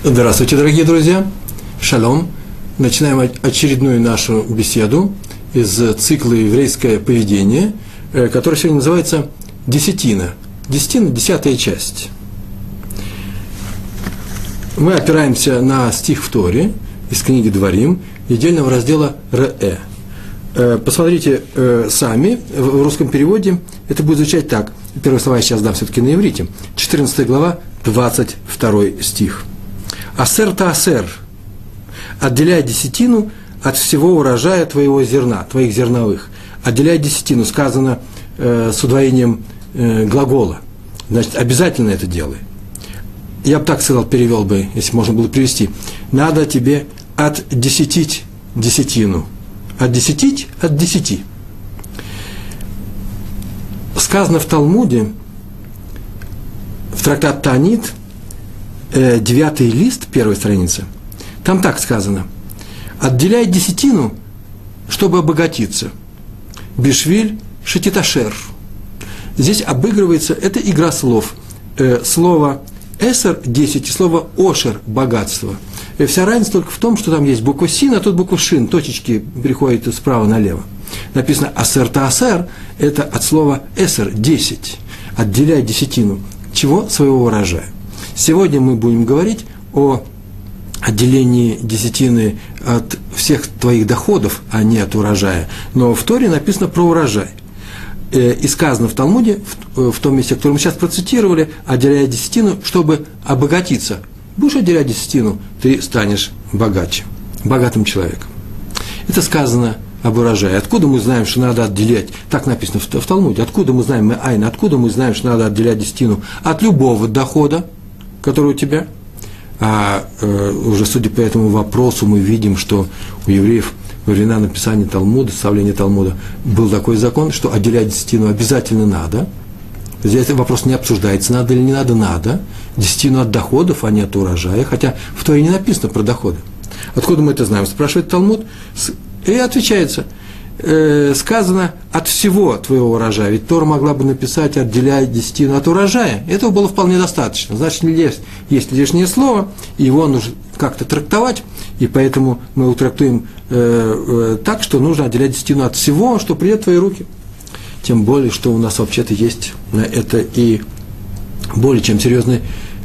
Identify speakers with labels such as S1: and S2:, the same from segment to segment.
S1: Здравствуйте, дорогие друзья! Шалом! Начинаем очередную нашу беседу из цикла «Еврейское поведение», который сегодня называется «Десятина». Десятина – 10-я часть. Мы опираемся на стих в Торе из книги Дворим, недельного раздела «Ре». Посмотрите сами, в русском переводе это будет звучать так. Первые слова я сейчас дам все-таки на иврите. 14 глава, 22 стих. «Асер та асер, отделяй десятину от всего урожая твоего зерна, твоих зерновых». Отделяй десятину, сказано с удвоением глагола. Значит, обязательно это делай. Я бы так сказал, перевел бы, если можно было перевести. Надо тебе отдесятить десятину. Отдесятить от 10. Сказано в Талмуде, в трактат Таанит, 9 лист, первой страницы, там так сказано: отделяй десятину, чтобы обогатиться. Бишвиль шетиташер. Здесь обыгрывается, это игра слов. Слово эсер – 10, и слово ошер – богатство. Вся разница только в том, что там есть буква син, а тут буква шин, точечки переходят справа налево. Написано асер та асер – это от слова эсер – 10. Отделяй десятину. Чего? Своего урожая. Сегодня мы будем говорить о отделении десятины от всех твоих доходов, а не от урожая. Но в Торе написано про урожай. И сказано в Талмуде, в том месте, которое мы сейчас процитировали, отделяя десятину, чтобы обогатиться. Будешь отделять десятину, ты станешь богаче, богатым человеком. Это сказано об урожае. Откуда мы знаем, что надо отделять? Так написано в Талмуде. Откуда мы знаем, откуда мы знаем, что надо отделять десятину? От любого дохода, который у тебя. Уже судя по этому вопросу, мы видим, что у евреев во времена написания Талмуда, составления Талмуда, был такой закон, что отделять десятину обязательно надо. Здесь этот вопрос не обсуждается, надо или не надо, надо. Десятину от доходов, а не от урожая, хотя в Торе не написано про доходы. Откуда мы это знаем? Спрашивает Талмуд, и отвечается, сказано от всего твоего урожая. Ведь Тора могла бы написать «отделяй десятину от урожая». Этого было вполне достаточно. Значит, есть лишнее слово, и его нужно как-то трактовать, и поэтому мы его трактуем так, что нужно отделять десятину от всего, что придет в твои руки. Тем более, что у нас вообще-то есть на это и более чем серьезное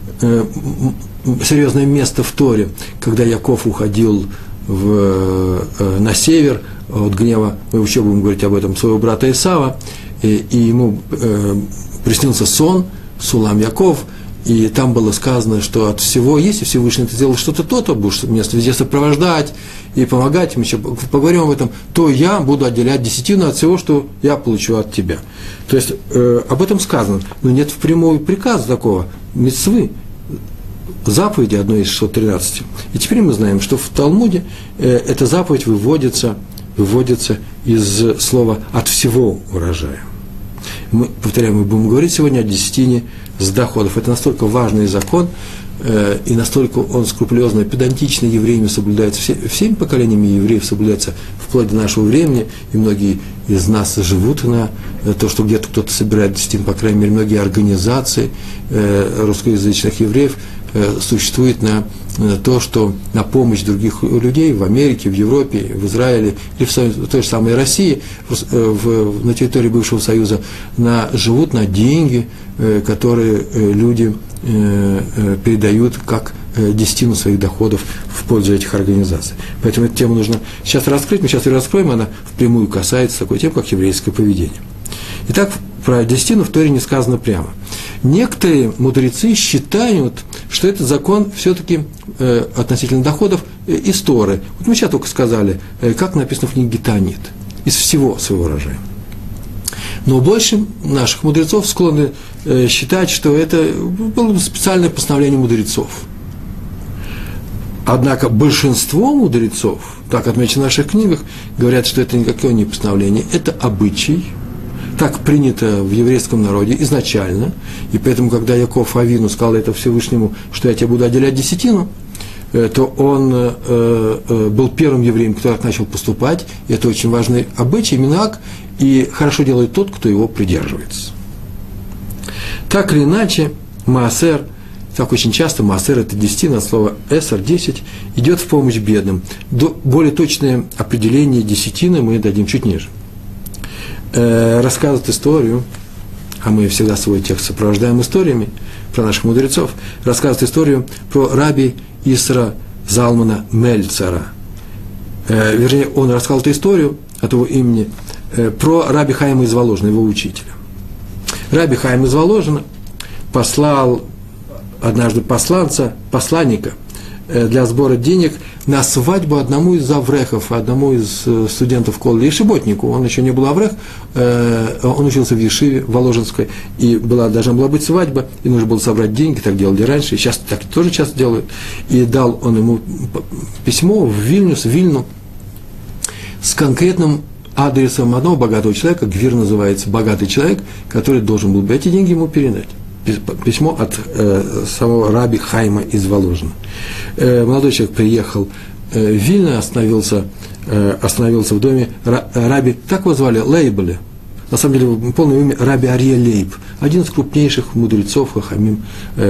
S1: место в Торе. Когда Яков уходил на север от гнева, мы еще будем говорить об этом, своего брата Исава, и ему приснился сон, Сулам Яков, и там было сказано, что от всего, если Всевышний ты сделал что-то то будешь меня везде сопровождать и помогать, мы еще поговорим об этом, то я буду отделять десятину от всего, что я получу от тебя. То есть, об этом сказано, но нет впрямую приказа такого, мицвы, заповеди одной из 613. И теперь мы знаем, что в Талмуде эта заповедь выводится из слова «от всего урожая». Мы, повторяем, мы будем говорить сегодня о десятине с доходов. Это настолько важный закон, и настолько он скрупулезно, педантично евреями соблюдается, всеми поколениями евреев соблюдается вплоть до нашего времени, и многие из нас живут на то, что где-то кто-то собирает десятину, по крайней мере, многие организации русскоязычных евреев существует на то, что на помощь других людей в Америке, в Европе, в Израиле или в той же самой России, на территории бывшего Союза, живут на деньги, которые люди передают как десятину своих доходов в пользу этих организаций. Поэтому эту тему нужно сейчас раскрыть, мы сейчас ее раскроем, она впрямую касается такой темы, как еврейское поведение. Итак, про десятину в Торе не сказано прямо. Некоторые мудрецы считают, что этот закон все-таки относительно доходов из Торы. Вот мы сейчас только сказали, как написано в книге Таанит, из всего своего урожая. Но больше наших мудрецов склонны считать, что это было специальное постановление мудрецов. Однако большинство мудрецов, так отмечено в наших книгах, говорят, что это никакое не постановление, это обычай. Так принято в еврейском народе изначально, и поэтому, когда Яков Авину сказал это Всевышнему, что я тебе буду отделять десятину, то он был первым евреем, кто так начал поступать, и это очень важный обычай, минак, и хорошо делает тот, кто его придерживается. Так или иначе, маасер, Так очень часто маасер – это десятина, от слова эсер, 10, идет в помощь бедным. Более точное определение десятины мы дадим чуть ниже. Рассказывает историю, а мы всегда свой текст сопровождаем историями про наших мудрецов, рассказывает историю про раби Исра Залмана Мельцера. Вернее, он рассказал эту историю от его имени про раби Хаима из Воложина, его учителя. Раби Хаим из Воложина послал однажды посланника для сбора денег на свадьбу одному из аврехов, одному из студентов колледжа, ешеботнику. Он еще не был аврех, он учился в Ешиве Воложенской, и должна была быть свадьба, и нужно было собрать деньги, так делали раньше, и сейчас так тоже часто делают. И дал он ему письмо в Вильну с конкретным адресом одного богатого человека, Гвир называется, богатый человек, который должен был бы эти деньги ему передать. Письмо от самого раби Хаима из Воложина. Молодой человек приехал в Вильно, остановился в доме раби, так его звали, Лейбеля. На самом деле, полное имя раби Арье Лейб, один из крупнейших мудрецов хахамим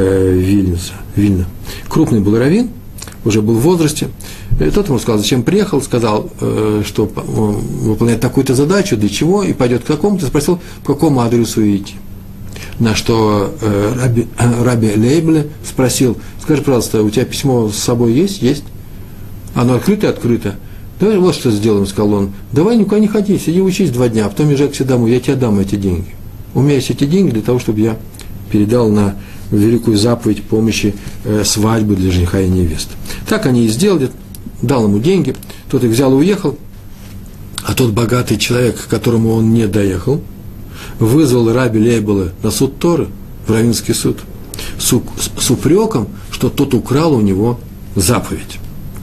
S1: Вильна. Крупный был раввин, уже был в возрасте. И тот ему сказал, зачем приехал, сказал, что выполняет такую-то задачу, для чего, и пойдет к такому-то, спросил, по какому адресу идти. На что раби Лейбле спросил, скажи, пожалуйста, у тебя письмо с собой есть? Есть. Оно открыто? Давай вот что сделаем, сказал он. Давай никуда не ходи, сиди учись 2 дня, а потом езжай к себе домой, я тебе дам эти деньги. У меня есть эти деньги для того, чтобы я передал на великую заповедь помощи свадьбы для жениха и невесты. Так они и сделали, дал ему деньги, тот их взял и уехал, а тот богатый человек, к которому он не доехал, вызвал раби Лейбела на суд Торы, в раввинский суд, с упреком, что тот украл у него заповедь.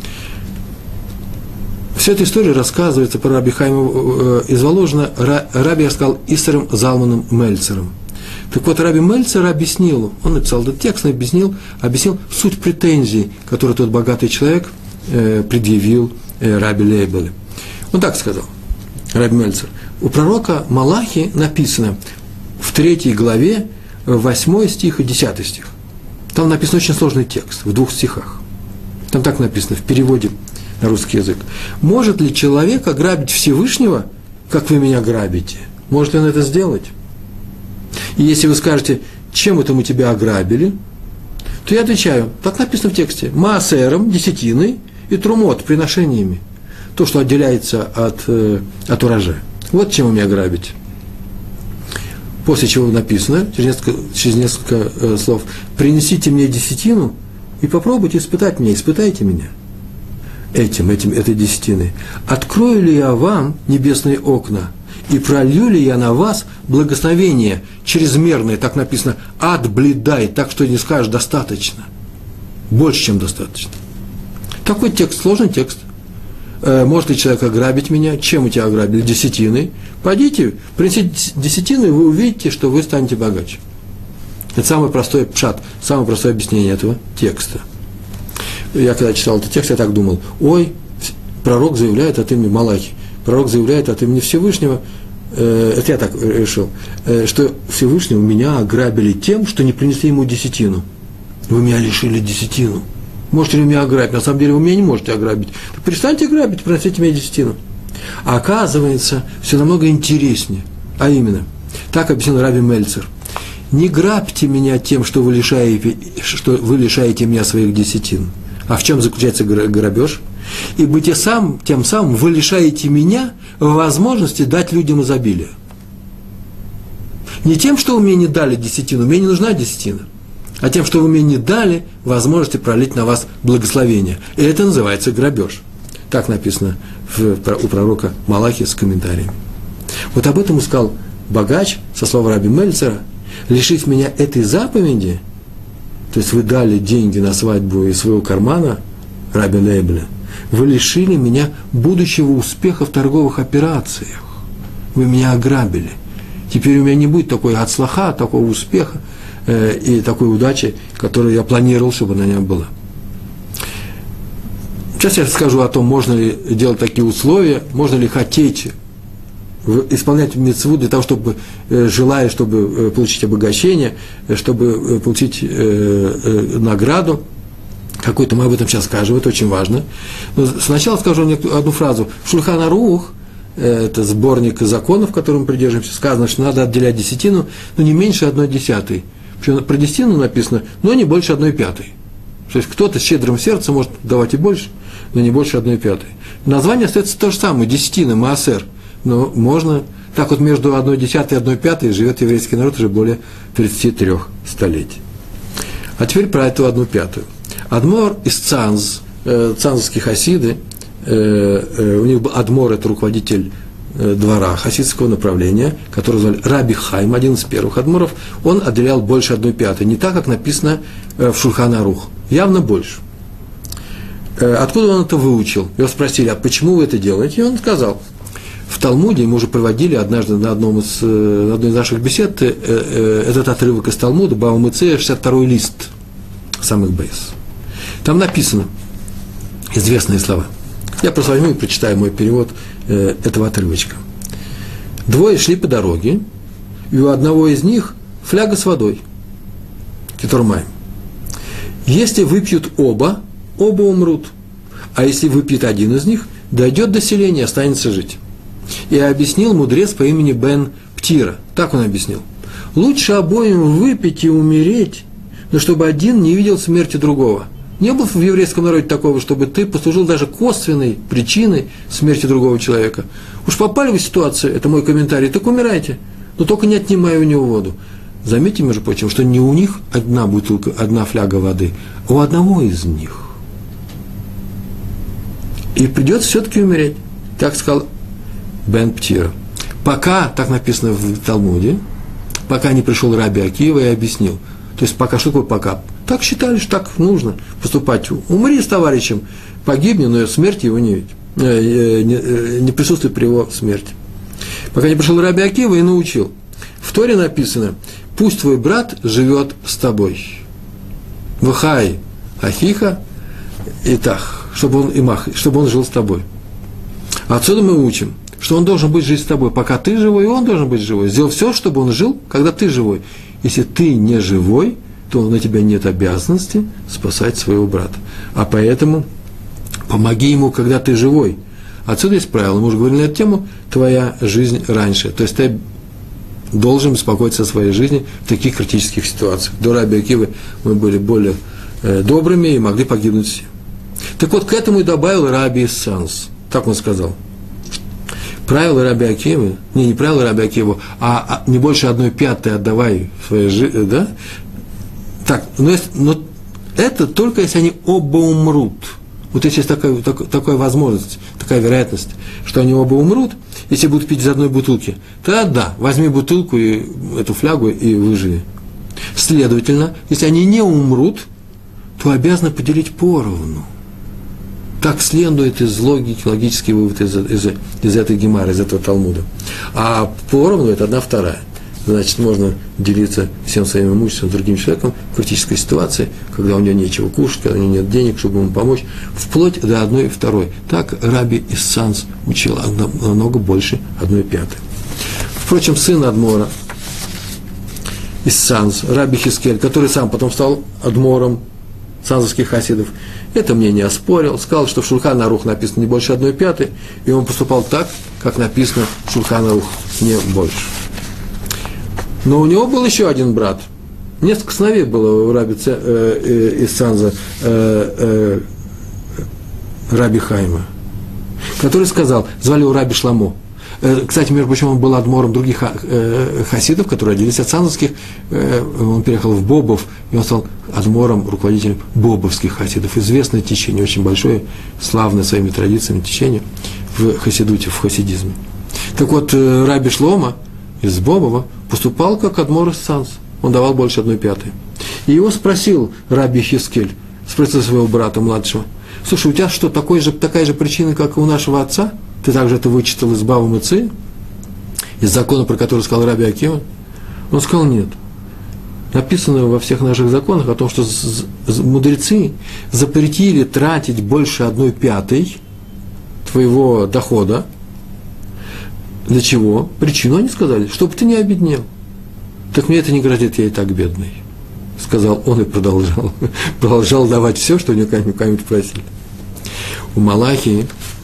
S1: Вся эта история рассказывается про раби Хаима из Воложина, раби рассказал Исром Залманом Мельцером. Так вот, раби Мельцер объяснил, он написал этот текст, объяснил суть претензий, которые тот богатый человек предъявил раби Лейбеле. Он так сказал, раби Мельцер. У пророка Малахи написано в 3 главе 8 стих и 10 стих. Там написан очень сложный текст, в 2 стихах. Там так написано, в переводе на русский язык. Может ли человек ограбить Всевышнего, как вы меня грабите? Может ли он это сделать? И если вы скажете, чем это мы тебя ограбили, то я отвечаю, так написано в тексте, маасером, десятиной и трумот, приношениями. То, что отделяется от урожая. Вот чем вы меня грабите. После чего написано, через несколько слов, принесите мне десятину и попробуйте испытать меня, испытайте меня этой десятиной. Открою ли я вам небесные окна и пролью ли я на вас благословение чрезмерное, так написано, ад бледай, так что не скажешь достаточно, больше, чем достаточно. Такой текст, сложный текст. Может ли человек ограбить меня? Чем мы тебя ограбили? Десятиной. Пойдите, принесите десятину, и вы увидите, что вы станете богаче. Это самый простой пшат, самое простое объяснение этого текста. Я когда читал этот текст, я так думал, пророк заявляет от имени Малахи, пророк заявляет от имени Всевышнего, это я так решил, что Всевышнего меня ограбили тем, что не принесли ему десятину. Вы меня лишили десятину. Можете ли меня ограбить? На самом деле вы меня не можете ограбить. Так перестаньте грабить, приносите мне десятину. А оказывается, все намного интереснее. А именно, так объяснил раби Мельцер. Не грабьте меня тем, что вы лишаете меня своих десятин. А в чем заключается грабеж? Ибо тем самым вы лишаете меня возможности дать людям изобилие. Не тем, что вы мне не дали десятину, мне не нужна десятина, а тем, что вы мне не дали возможности пролить на вас благословение. И это называется грабеж. Так написано у пророка Малахи с комментариями. Вот об этом сказал богач, со слов раби Мельцера, лишить меня этой заповеди, то есть вы дали деньги на свадьбу из своего кармана, раби Лейбля, вы лишили меня будущего успеха в торговых операциях. Вы меня ограбили. Теперь у меня не будет такой ацлаха, такого успеха и такой удачи, которую я планировал, чтобы она у меня была. Сейчас я скажу о том, можно ли делать такие условия, можно ли хотеть исполнять мицву для того, чтобы, желая, чтобы получить обогащение, чтобы получить награду какую-то, мы об этом сейчас скажем, это очень важно. Но сначала скажу одну фразу. В Шульхан Арух, это сборник законов, которым мы придерживаемся, сказано, что надо отделять десятину, но не меньше 1/10. Причем про десятину написано, но не больше 1/5. То есть кто-то с щедрым сердцем может давать и больше, но не больше 1/5. Название остается то же самое, десятина, маасер. Но можно, так вот между 1/10 и 1/5 живет еврейский народ уже более 33 столетий. А теперь про эту 1/5. Адмор из Цанз, цанзовские хасиды, у них был Адмор, это руководитель двора хасидского направления, который звали Раби Хайм, один из первых адморов, он отделял больше 1/5, не так, как написано в Шульхан Арух, явно больше. Откуда он это выучил? Его спросили, а почему вы это делаете? И он сказал, в Талмуде, мы уже проводили однажды на одной из наших бесед этот отрывок из Талмуда, Бава Меция, 62-й лист, самых бейс. Там написано известные слова. Я просто возьму и прочитаю мой перевод этого отрывочка. Двое шли по дороге, и у одного из них фляга с водой, кетормаем. Если выпьют оба умрут, а если выпьет один из них, дойдет до селения, останется жить. И объяснил мудрец по имени Бен Птира, так он объяснил. Лучше обоим выпить и умереть, но чтобы один не видел смерти другого. Не было в еврейском народе такого, чтобы ты послужил даже косвенной причиной смерти другого человека. Уж попали в ситуацию, это мой комментарий, так умирайте, но только не отнимая у него воду. Заметьте, между прочим, что не у них одна бутылка, одна фляга воды, а у одного из них. И придется все-таки умереть, так сказал Бен Птира. Пока, так написано в Талмуде, пока не пришел Раби Акива и объяснил. То есть пока, что такое пока? Так считали, что так нужно поступать. Умри с товарищем, погибни, но смерти его не присутствует при его смерти. Пока не пришел Раби Акива и научил. В Торе написано, пусть твой брат живет с тобой. Вахай ахиха итах, чтобы он жил с тобой. Отсюда мы учим, что он должен быть жить с тобой, пока ты живой, и он должен быть живой. Сделай все, чтобы он жил, когда ты живой. Если ты не живой, то на тебя нет обязанности спасать своего брата. А поэтому помоги ему, когда ты живой. Отсюда есть правило, мы уже говорили на эту тему, твоя жизнь раньше. То есть ты должен беспокоиться о своей жизни в таких критических ситуациях. До Раби Акивы мы были более добрыми и могли погибнуть все. Так вот, к этому и добавил Раби Санс. Так он сказал. Правило Раби Акивы, не правило Раби Акиву, а не больше 1/5 отдавай своей жизни, да? Так, но это только если они оба умрут. Вот если есть такая возможность, такая вероятность, что они оба умрут, если будут пить из одной бутылки, тогда да, возьми бутылку, и эту флягу и выживи. Следовательно, если они не умрут, то обязаны поделить поровну. Так следует из логики, логический вывод из этой гемары, из этого Талмуда. А поровну – это 1/2. Значит, можно делиться всем своим имуществом с другим человеком в критической ситуации, когда у него нечего кушать, когда у него нет денег, чтобы ему помочь, вплоть до 1/2. Так Раби Иссанс учил намного больше 1/5. Впрочем, сын Адмора, Иссанс, Раби Хискель, который сам потом стал адмором цанзовских хасидов, это мнение оспорил, сказал, что в Шульхан Арух написано не больше 1/5, и он поступал так, как написано в Шульхан Арух, не больше. Но у него был еще один брат. Несколько сыновей было у Раби Иссанза, Раби Хайма, который сказал, звали его Раби Шламо. Кстати, между прочим, он был адмором других хасидов, которые родились от цанзовских. Он переехал в Бобов, и он стал адмором, руководителем бобовских хасидов. Известное течение, очень большое, славное своими традициями течение в хасидуте, в хасидизме. Так вот, Раби Шломо из Бобова поступал как адмор из Цанз. Он давал больше 1/5. И его спросил Раби Хискель, спросил своего брата младшего, слушай, у тебя что, такая же причина, как и у нашего отца? Ты также это вычитал из Бава Меции, из закона, про который сказал Раби Акива? Он сказал, нет. Написано во всех наших законах о том, что мудрецы запретили тратить больше 1/5 твоего дохода Для чего? Причину они сказали, чтобы ты не обеднел. Так мне это не грозит, я и так бедный. Сказал он и продолжал давать все, что у него кому-нибудь просили. У Малахии,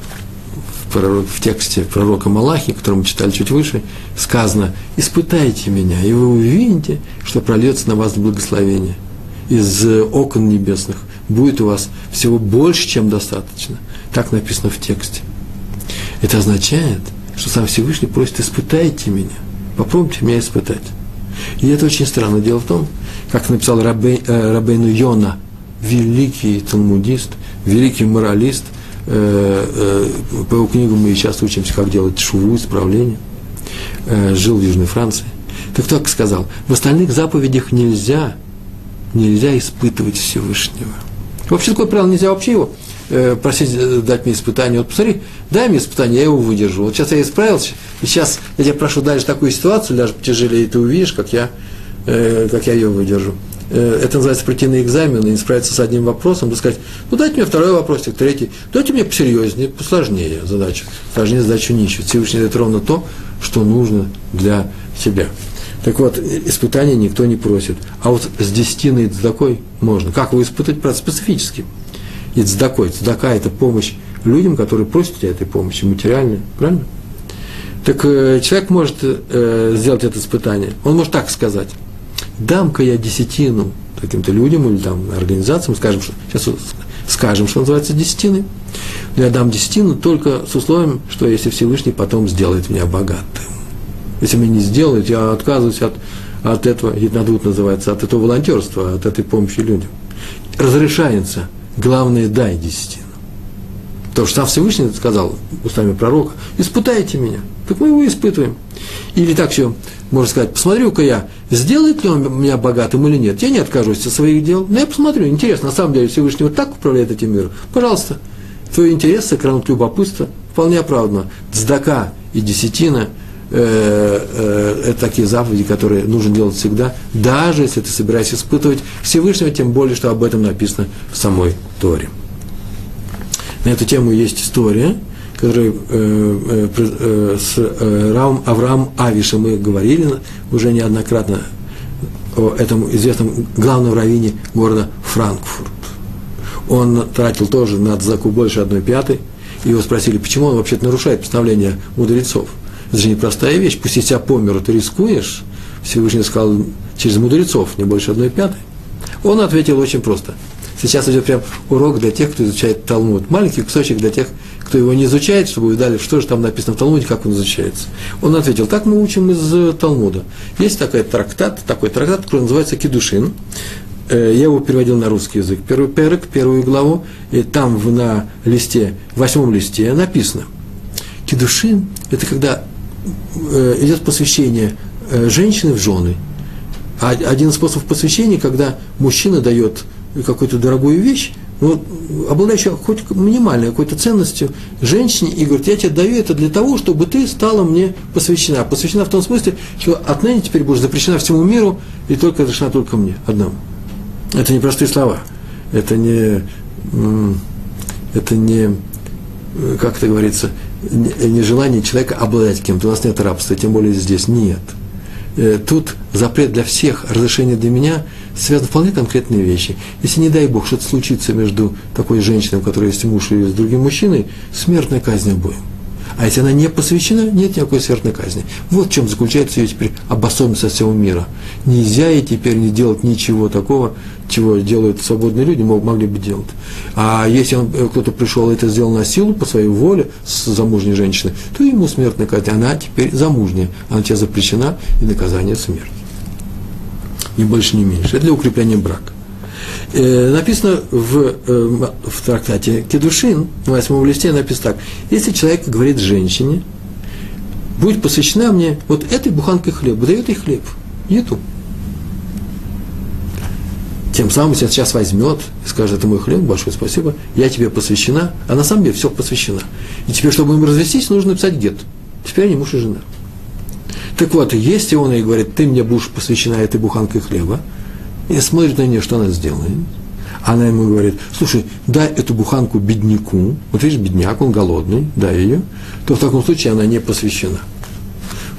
S1: в тексте пророка Малахии, который мы читали чуть выше, сказано: «Испытайте меня, и вы увидите, что прольется на вас благословение из окон небесных. Будет у вас всего больше, чем достаточно». Так написано в тексте. Это означает, что сам Всевышний просит: «Испытайте меня, попробуйте меня испытать». И это очень странно. Дело в том, как написал Рабейну Йона, великий талмудист, великий моралист, по его книгам мы сейчас учимся, как делать шуву, исправление, жил в Южной Франции. Так так сказал: в остальных заповедях нельзя испытывать Всевышнего. Вообще такое правило, нельзя вообще его просить дать мне испытание. Вот посмотри, дай мне испытание, я его выдержу. Вот сейчас я исправился, и сейчас я тебя прошу дальше такую ситуацию, даже потяжелее, и ты увидишь, как я ее выдержу. Это называется прийти на экзамен и не справиться с одним вопросом, да сказать: ну дайте мне второй вопросик, третий, дайте мне посерьезнее, посложнее задачу, сложнее задачу не ищут. Всевышний дает ровно то, что нужно для тебя. Так вот, испытания никто не просит. А вот с десятиной и цдакой можно. Как его испытать? Правда, специфически. И цдакой. Цдака – это помощь людям, которые просят у тебя этой помощи, материальной. Правильно? Так человек может сделать это испытание. Он может так сказать: дам-ка я десятину каким-то людям или там организациям, сейчас скажем, что называется десятиной, но я дам десятину только с условием, что если Всевышний потом сделает меня богатым. Если меня не сделает, я отказываюсь от этого, Гитнадут называется, от этого волонтерства, от этой помощи людям. Разрешается, главное, дай десятину. Потому что сам Всевышний сказал устами пророка: испытайте меня. Так мы его испытываем. Или так еще можно сказать: посмотрю-ка я, сделает ли он меня богатым или нет. Я не откажусь от своих дел, но я посмотрю. Интересно, на самом деле Всевышний вот так управляет этим миром. Пожалуйста, твой интерес сохранить любопытство вполне оправдано. Цдака и десятина это такие заповеди, которые нужно делать всегда, даже если ты собираешься испытывать Всевышнего, тем более, что об этом написано в самой Торе. На эту тему есть история, которая с Авраамом Авишем мы говорили уже неоднократно о этом известном главном раввине города Франкфурт. Он тратил тоже на цдаку больше 1/5, и его спросили, почему он вообще-то нарушает постановление мудрецов. Это же непростая вещь. Пусть я по миру ты рискуешь, Всевышний сказал через мудрецов, не больше 1/5. Он ответил очень просто. Сейчас идет прям урок для тех, кто изучает Талмуд. Маленький кусочек для тех, кто его не изучает, чтобы вы дали, что же там написано в Талмуде, как он изучается. Он ответил: так мы учим из Талмуда. Есть такой трактат, который называется Кидушин. Я его переводил на русский язык. Первый перек, первую главу, и там на листе, 8 листе написано: Кидушин – это когда идет посвящение женщины в жены. Один из способов посвящения, когда мужчина дает какую-то дорогую вещь, обладающую хоть минимальной какой-то ценностью, женщине, и говорит: я тебе даю это для того, чтобы ты стала мне посвящена. Посвящена в том смысле, что отныне теперь будешь запрещена всему миру, и только разрешена только мне одному. Это не простые слова. Это не как это говорится, нежелание человека обладать кем-то. У нас нет рабства, тем более здесь нет. Тут запрет для всех, разрешение для меня связаны вполне конкретные вещи. Если, не дай Бог, что-то случится между такой женщиной, у которой есть муж, и с другим мужчиной, смертная казнь обоим. А если она не посвящена, нет никакой смертной казни. Вот в чем заключается ее теперь обособленность от всего мира. Нельзя ей теперь не делать ничего такого, чего делают свободные люди, могли бы делать. А если кто-то пришел и это сделал на силу, по своей воле, с замужней женщиной, то ему смертная казнь. Она теперь замужняя, она тебе запрещена, и наказание смерть. Ни больше, ни меньше. Это для укрепления брака. Написано в трактате Кедушин, на 8 листе написано так: если человек говорит женщине: будь посвящена мне вот этой буханкой хлеба, дает ей хлеб, еду. Тем самым, если сейчас возьмет и скажет: это мой хлеб, большое спасибо, я тебе посвящена, а на самом деле все посвящена. И теперь, чтобы им развестись, нужно написать гет. Теперь они муж и жена. Так вот, если он ей говорит: ты мне будешь посвящена этой буханкой хлеба, и смотрит на нее, что она сделает. Она ему говорит: слушай, дай эту буханку бедняку. Вот видишь, бедняк, он голодный, дай ее. То в таком случае она не посвящена.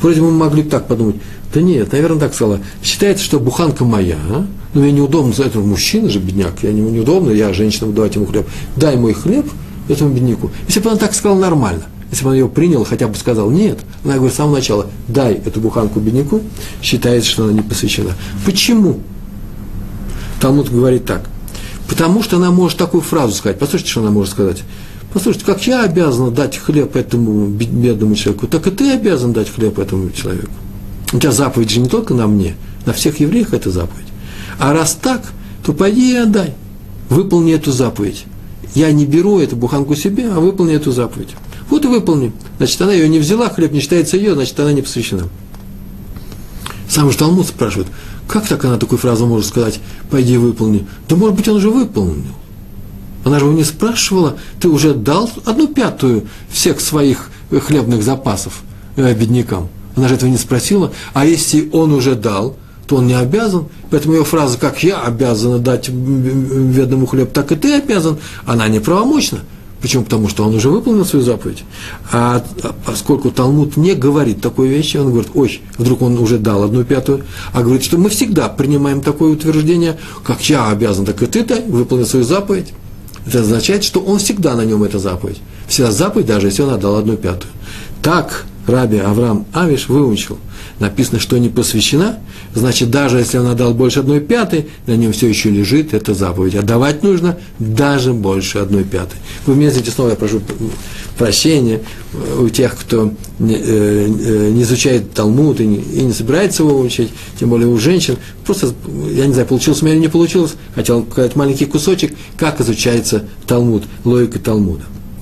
S1: Вроде мы могли бы так подумать, да нет, наверное, так сказала, считается, что буханка моя, но мне неудобно за этого мужчина же, бедняк, ему неудобно, я женщина, буду давать ему хлеб, дай мой хлеб этому бедняку. Если бы она так сказала, нормально. Если бы она ее приняла, хотя бы сказала нет, она говорит с самого начала, дай эту буханку бедняку, считается, что она не посвящена. Почему? Талмуд говорит так. Потому что она может такую фразу сказать. Послушайте, что она может сказать. Послушайте, как я обязана дать хлеб этому бедному человеку, так и ты обязан дать хлеб этому человеку. У тебя заповедь же не только на мне, на всех евреях это заповедь. А раз так, то пойди и отдай. Выполни эту заповедь. Я не беру эту буханку себе, а выполни эту заповедь. Вот и выполни. Значит, она ее не взяла, хлеб не считается ее, значит, она не посвящена. Сам же Талмуд спрашивает, как так она такую фразу может сказать, пойди и выполни? Да, может быть, он уже выполнил. Она же его не спрашивала, ты уже дал 1/5 всех своих хлебных запасов беднякам. Она же этого не спросила. А если он уже дал, то он не обязан. Поэтому ее фраза, как я обязана дать бедному хлеб, так и ты обязан, она неправомочна. Почему? Потому что он уже выполнил свою заповедь. А поскольку Талмуд не говорит такой вещи, он говорит, ой, вдруг он уже дал 1/5, а говорит, что мы всегда принимаем такое утверждение, как я обязан, так и ты выполнил свою заповедь. Это означает, что он всегда на нем эта заповедь. Вся заповедь, даже если он отдал 1/5. Так Раби Авраам Авиш выучил. Написано, что не посвящена, значит, даже если он отдал больше 1/5, на нем все еще лежит эта заповедь. А давать нужно даже больше 1/5. Вы меня извините, снова я прошу прощения у тех, кто не изучает Талмуд и не собирается его учить, тем более у женщин. Просто, я не знаю, получилось у меня или не получилось, хотел показать маленький кусочек, как изучается Талмуд, логика Талмуда.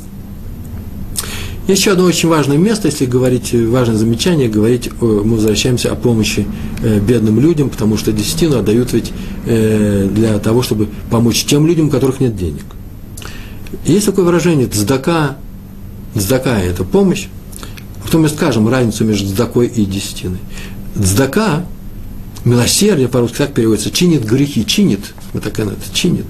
S1: Есть еще одно очень важное место, если говорить, важное замечание, мы возвращаемся о помощи бедным людям, потому что десятину отдают ведь для того, чтобы помочь тем людям, у которых нет денег. Есть такое выражение «цдака», «цдака» – это помощь, потом мы скажем разницу между цдакой и десятиной. Цдака, милосердие, по-русски так переводится, чинит грехи, чинит, вот так это, чинит.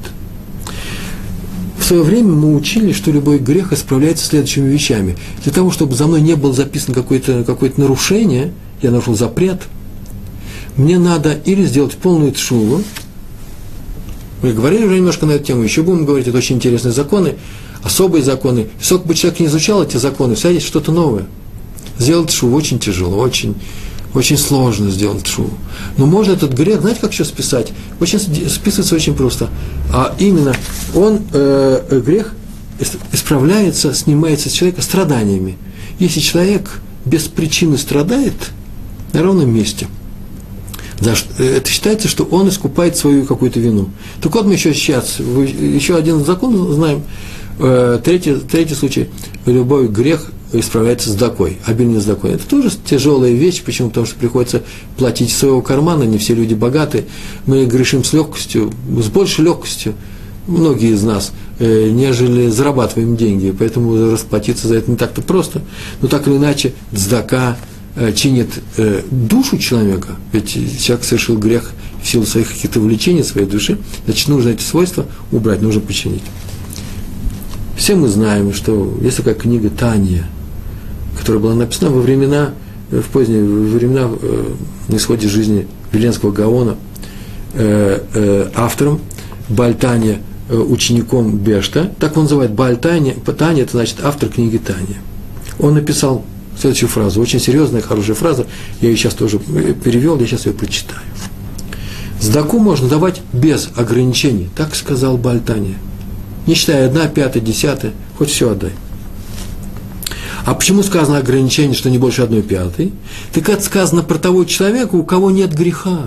S1: В свое время мы учили, что любой грех исправляется следующими вещами. Для того, чтобы за мной не было записано какое-то нарушение, я нарушил запрет, мне надо или сделать полную тшуву. Мы говорили уже немножко на эту тему, еще будем говорить, это очень интересные законы, особые законы. Сколько бы человек не изучал эти законы, всегда есть что-то новое. Сделать тшуву очень тяжело, очень сложно сделать тшуву. Но можно этот грех, знаете, как еще списать? Списывается очень просто. А именно, грех исправляется, снимается с человека страданиями. Если человек без причины страдает на ровном месте, это считается, что он искупает свою какую-то вину. Так вот, мы еще один закон знаем. Третий случай. Любой грех исправляется цдакой, обильной цдакой. Это тоже тяжелая вещь. Почему? Потому что приходится платить из своего кармана, не все люди богаты. Мы грешим с легкостью, с большей легкостью, многие из нас, нежели зарабатываем деньги. Поэтому расплатиться за это не так-то просто. Но так или иначе, цдака чинит душу человека. Ведь человек совершил грех в силу своих каких-то влечений, своей души. Значит, нужно эти свойства убрать, нужно починить. Все мы знаем, что есть такая книга «Тания», которая была написана в поздние времена, на исходе жизни Виленского Гаона, автором Бааль Тания, учеником Бешта, так он называет Бааль Тания, Тания – это значит автор книги «Тания». Он написал следующую фразу, очень серьезная, хорошая фраза, я ее сейчас тоже перевел, я сейчас ее прочитаю. «Цдаку можно давать без ограничений», так сказал Бааль Тания. Не считая 1/5, 10, хоть все отдай. А почему сказано ограничение, что не больше 1/5? Так это сказано про того человека, у кого нет греха.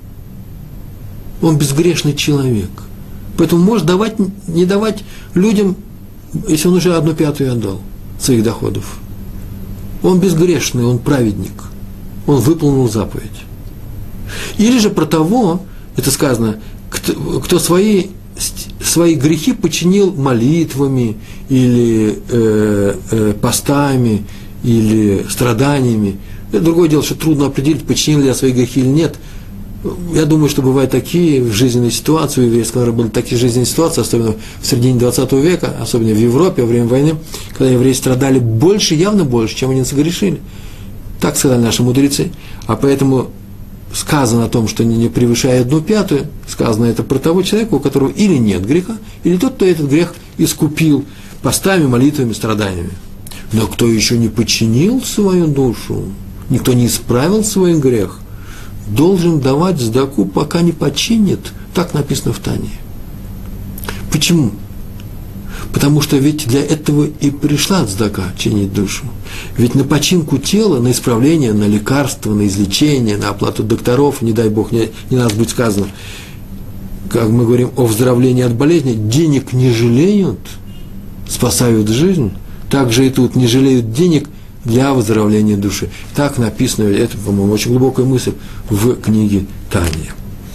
S1: Он безгрешный человек. Поэтому может давать, не давать людям, если он уже 1/5 отдал своих доходов. Он безгрешный, он праведник. Он выполнил заповедь. Или же про того, это сказано, кто свои грехи починил молитвами, или постами, или страданиями. Это другое дело, что трудно определить, починил ли я свои грехи или нет. Я думаю, что бывают такие в жизненной ситуации, у еврейского народа были такие жизненные ситуации, особенно в середине 20 века, особенно в Европе, во время войны, когда евреи страдали больше, явно больше, чем они согрешили. Так сказали наши мудрецы. А поэтому сказано о том, что не превышая 1/5, сказано это про того человека, у которого или нет греха, или тот, кто этот грех искупил постами, молитвами, страданиями. Но кто еще не подчинил свою душу, никто не исправил свой грех, должен давать цдаку, пока не починит. Так написано в Тане. Почему? Потому что ведь для этого и пришла цдака чинить душу. Ведь на починку тела, на исправление, на лекарство, на излечение, на оплату докторов, не дай Бог, не нас будет сказано, как мы говорим о выздоровлении от болезни, денег не жалеют, спасают жизнь. Также и тут не жалеют денег для выздоровления души. Так написано, это, по-моему, очень глубокая мысль в книге Тания.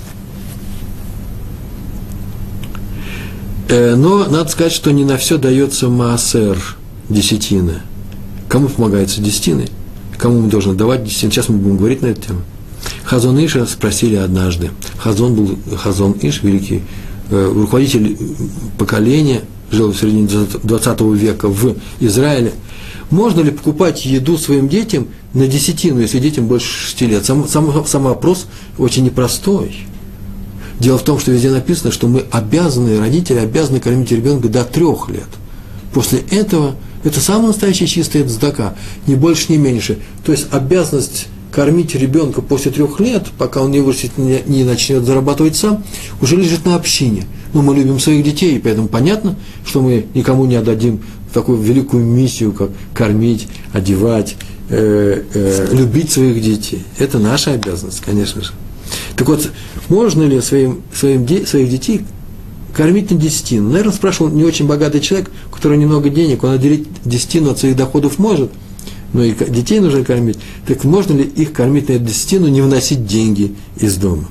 S1: Но надо сказать, что не на все дается маасер, десятина. Кому помогается десятины? Кому мы должны давать десятину? Сейчас мы будем говорить на эту тему. Хазон Иша спросили однажды. Хазон был Хазон Иш, великий руководитель поколения, жил в середине 20 века в Израиле. Можно ли покупать еду своим детям на десятину, если детям больше 6 лет? Сам вопрос очень непростой. Дело в том, что везде написано, что мы обязаны, родители обязаны кормить ребенка до 3 лет. После этого это самая настоящая чистая цдака, ни больше, ни меньше. То есть обязанность кормить ребенка после 3 лет, пока он не вырастет, не начнет зарабатывать сам, уже лежит на общине. Но мы любим своих детей, и поэтому понятно, что мы никому не отдадим такую великую миссию, как кормить, одевать, любить своих детей. Это наша обязанность, конечно же. Так вот, можно ли своих детей кормить на десятину? Наверное, спрашивал не очень богатый человек, у которого немного денег, он отделить десятину от своих доходов может, но и детей нужно кормить. Так можно ли их кормить на эту десятину, не вносить деньги из дома?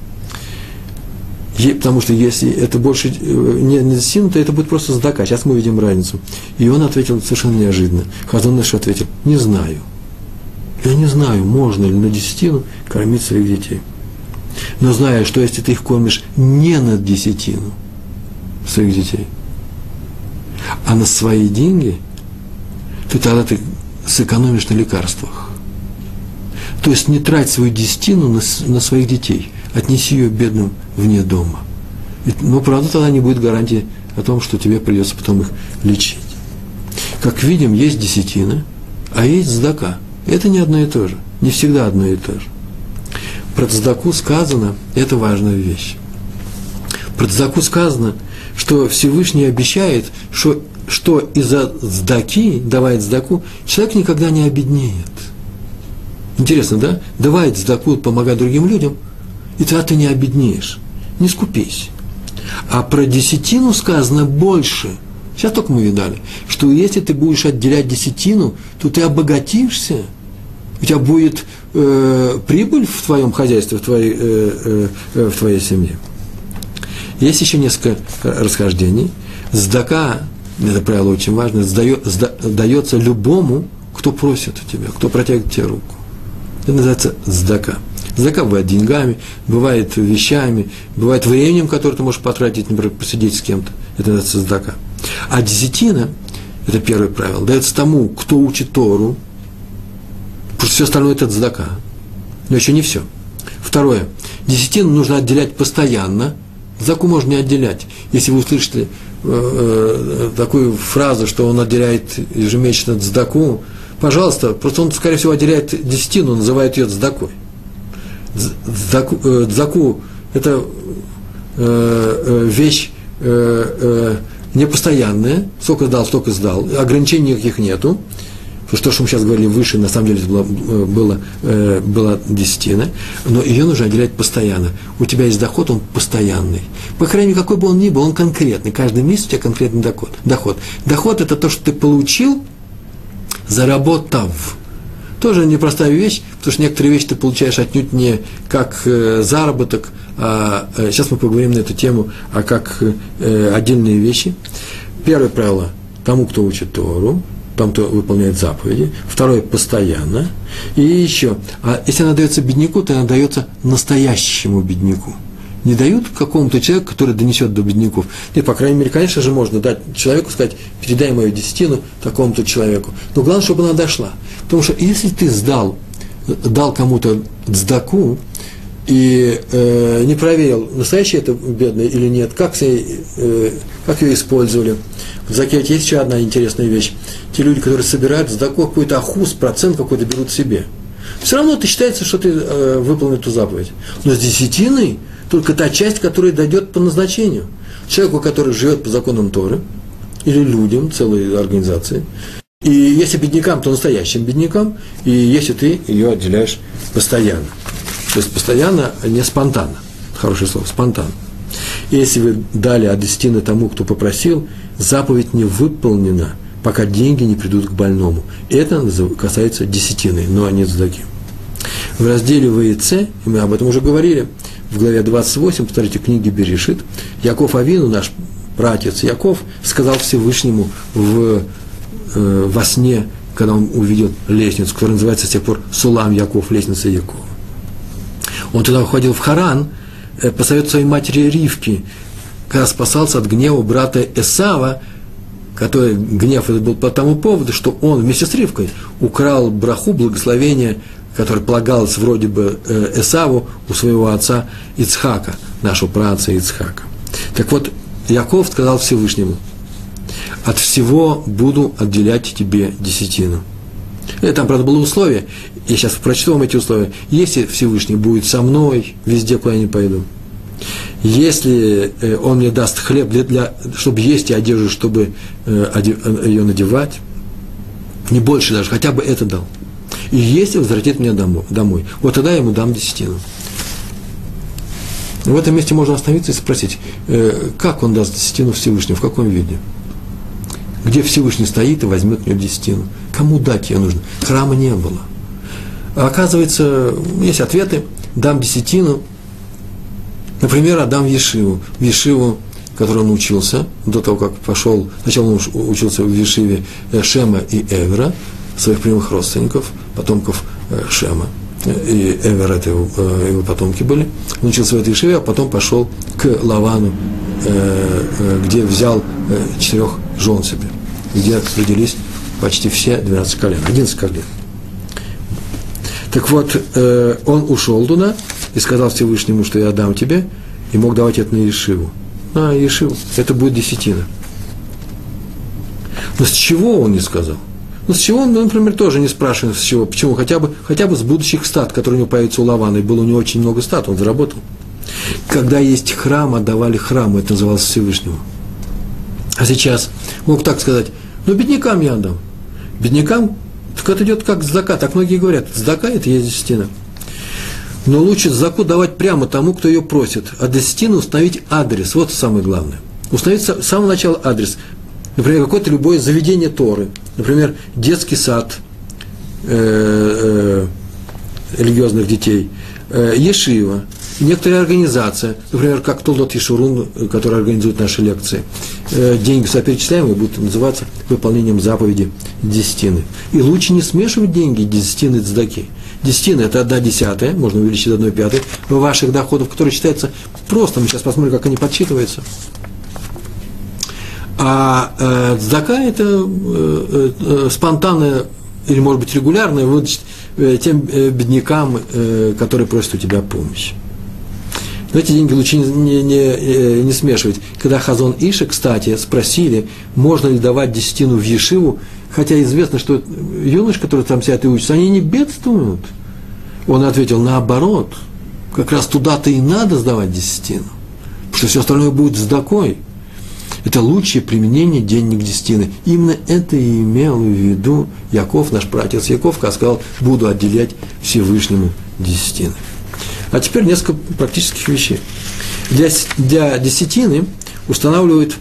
S1: Потому что если это больше не десятина, то это будет просто цдака. Сейчас мы видим разницу. И он ответил совершенно неожиданно. Хазон Иш ответил: не знаю. Я не знаю, можно ли на десятину кормить своих детей. Но знаю, что если ты их кормишь не на десятину своих детей, а на свои деньги, то тогда ты сэкономишь на лекарствах. То есть не трать свою десятину на своих детей, отнеси ее бедным вне дома. Но, правда, тогда не будет гарантии о том, что тебе придется потом их лечить. Как видим, есть десятина, а есть цдака. Это не одно и то же, не всегда одно и то же. Про цдаку сказано, это важная вещь. Про цдаку сказано, что Всевышний обещает, что из-за цдаки, давая цдаку, человек никогда не обеднеет. Интересно, да? Давай цдаку, помогай другим людям, и тогда ты не обеднеешь, не скупись. А про десятину сказано больше. Сейчас только мы видали, что если ты будешь отделять десятину, то ты обогатишься, у тебя будет прибыль в твоем хозяйстве, в твоей семье. Есть еще несколько расхождений. Цдака, это правило очень важно, дается любому, кто просит у тебя, кто протягивает тебе руку. Это называется цдака. Цдака бывает деньгами, бывает вещами, бывает временем, которое ты можешь потратить, например, посидеть с кем-то. Это называется цдака. А десятина, это первое правило, дается тому, кто учит Тору, потому что все остальное – это цдака. Но еще не все. Второе. Десятину нужно отделять постоянно. Цдаку можно не отделять. Если вы услышите такую фразу, что он отделяет ежемесячно цдаку, пожалуйста, просто он, скорее всего, отделяет десятину, называет ее цдакой. Цдаку – это вещь непостоянная, сколько сдал, столько сдал, ограничений никаких нету. Потому что то, что мы сейчас говорили выше, на самом деле была десятина, но ее нужно отделять постоянно. У тебя есть доход, он постоянный. По крайней мере, какой бы он ни был, он конкретный. Каждый месяц у тебя конкретный доход. Доход – это то, что ты получил, заработав. Тоже непростая вещь, потому что некоторые вещи ты получаешь отнюдь не как заработок, а сейчас мы поговорим на эту тему, а как отдельные вещи. Первое правило – тому, кто учит Тору, тому, кто выполняет заповеди. Второе – постоянно. И еще, а если она дается бедняку, то она дается настоящему бедняку. Не дают какому-то человеку, который донесет до бедняков. Нет, по крайней мере, конечно же, можно дать человеку, сказать: передай мою десятину такому-то человеку. Но главное, чтобы она дошла. Потому что если ты сдал дал кому-то цдаку и не проверил, настоящий это бедный или нет, как ее использовали. В закете есть еще одна интересная вещь. Те люди, которые собирают цдаку, какой-то ахуз, процент какой-то берут себе. Все равно ты считается, что ты выполнил эту заповедь. Но с десятиной только та часть, которая дойдет по назначению. Человеку, который живет по законам Торы, или людям, целой организации. И если беднякам, то настоящим беднякам, и если ты ее отделяешь постоянно. То есть постоянно, не спонтанно. Хорошее слово, спонтанно. И если вы дали от десятины тому, кто попросил, заповедь не выполнена, пока деньги не придут к больному. Это касается десятины, но не цдаки. В разделе ВИЦ, мы об этом уже говорили, в главе 28, повторите, книги Берешит, Яков Авину, наш праотец Яков, сказал Всевышнему во сне, когда он увидел лестницу, которая называется с тех пор Сулам Яков, лестница Якова. Он туда уходил в Харан по совету своей матери Ривки, когда спасался от гнева брата Эсава, который гнев этот был по тому поводу, что он вместе с Ривкой украл браху, благословение, которое полагалось вроде бы Эсаву у своего отца Ицхака, нашего праотца Ицхака. Так вот, Яков сказал Всевышнему: от всего буду отделять тебе десятину. Там, правда, было условие, я сейчас прочту вам эти условия. Если Всевышний будет со мной везде, куда я не пойду, если он мне даст хлеб, чтобы есть, и одежду, чтобы ее надевать, не больше даже, хотя бы это дал, и если возвратит меня домой, вот тогда я ему дам десятину. В этом месте можно остановиться и спросить, как он даст десятину Всевышнему, в каком виде? Где Всевышний стоит и возьмет у него десятину? Кому дать ее нужно? Храма не было. А оказывается, есть ответы. Дам десятину, например, отдам в Ешиву. В Ешиву, в которой он учился, до того, как пошел, сначала он учился в Ешиве Шема и Эвера, своих прямых родственников, потомков Шема. И Эвер – это его потомки были. Он учился в этой Ешиве, а потом пошел к Лавану, где взял 4 жен себе, где родились почти все 12 колен, 11 колен. Так вот, он ушел туда и сказал Всевышнему, что я дам тебе, и мог давать это на Ешиву. На Ешиву. Это будет десятина. Но с чего он не сказал? Ну, с чего он, например, тоже не спрашивает, с чего. Почему? Хотя бы с будущих стад, которые у него появятся у Лавана, и было у него очень много стад, он заработал. Когда есть храм, отдавали храму, это называлось Всевышнему. А сейчас мог так сказать: ну, беднякам я отдам. Беднякам, так это идет как цдака, так многие говорят, цдака – это есть десятина. Но лучше цдаку давать прямо тому, кто ее просит, а десятину установить адрес, вот самое главное. Установить с самого начала адрес. Например, какое-то любое заведение Торы, например, детский сад религиозных детей, ешива, некоторая организация, например, как Толдот Ешурун, которая организует наши лекции, деньги соперечисляемые будут называться выполнением заповеди десятины. И лучше не смешивать деньги десятины и цдаки. Десятина – это 1/10, можно увеличить до 1/5 ваших доходов, которые считаются просто, мы сейчас посмотрим, как они подсчитываются. А цдака – это спонтанная или, может быть, регулярная выдача тем беднякам, которые просят у тебя помощи. Но эти деньги лучше не смешивать. Когда Хазон Иша, кстати, спросили, можно ли давать десятину в Ешиву, хотя известно, что юноши, которые там сидят и учатся, они не бедствуют. Он ответил: наоборот, как раз туда-то и надо сдавать десятину, потому что все остальное будет цдакой. Это лучшее применение денег десятины. Именно это и имел в виду Яков, наш праотец Яков, когда сказал: буду отделять Всевышнему десятины. А теперь несколько практических вещей. Для десятины устанавливают,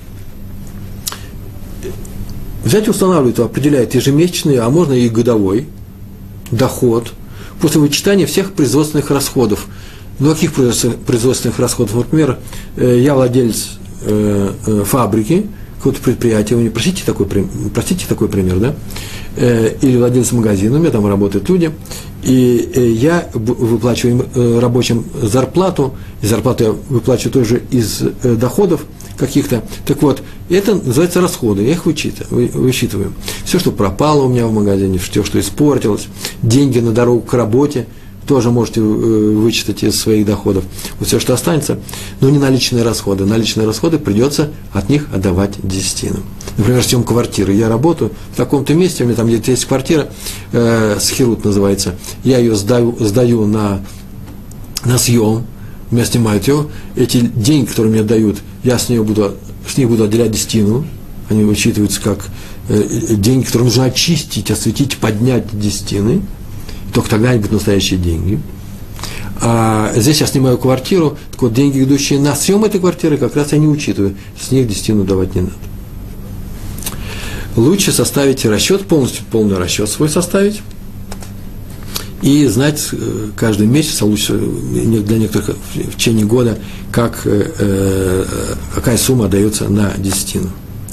S1: определяет ежемесячный, а можно и годовой доход после вычитания всех производственных расходов. Ну, каких производственных расходов? Например, я владелец фабрики, какого-то предприятия, вы не простите такой пример, да? Или владелец магазина, у меня там работают люди, и я выплачиваю им рабочим зарплату, и зарплату я выплачиваю тоже из доходов, каких-то. Так вот, это называется расходы, я их высчитываю. Все, что пропало у меня в магазине, все, что испортилось, деньги на дорогу к работе, тоже можете вычитать из своих доходов. Вот все, что останется, но не наличные расходы. Наличные расходы придется от них отдавать десятину. Например, съем квартиры. Я работаю в таком-то месте, у меня там где-то есть квартира, Схирут называется. Я ее сдаю на съем, меня снимают ее. Эти деньги, которые мне дают, я с них буду отделять десятину. Они вычитываются как деньги, которые нужно очистить, осветить, поднять десятины. Только тогда они будут настоящие деньги. А здесь я снимаю квартиру, так вот деньги, идущие на съем этой квартиры, как раз я не учитываю, с них десятину давать не надо. Лучше составить расчет, полный расчет свой составить, и знать каждый месяц, а лучше для некоторых в течение года, какая сумма дается на десятину.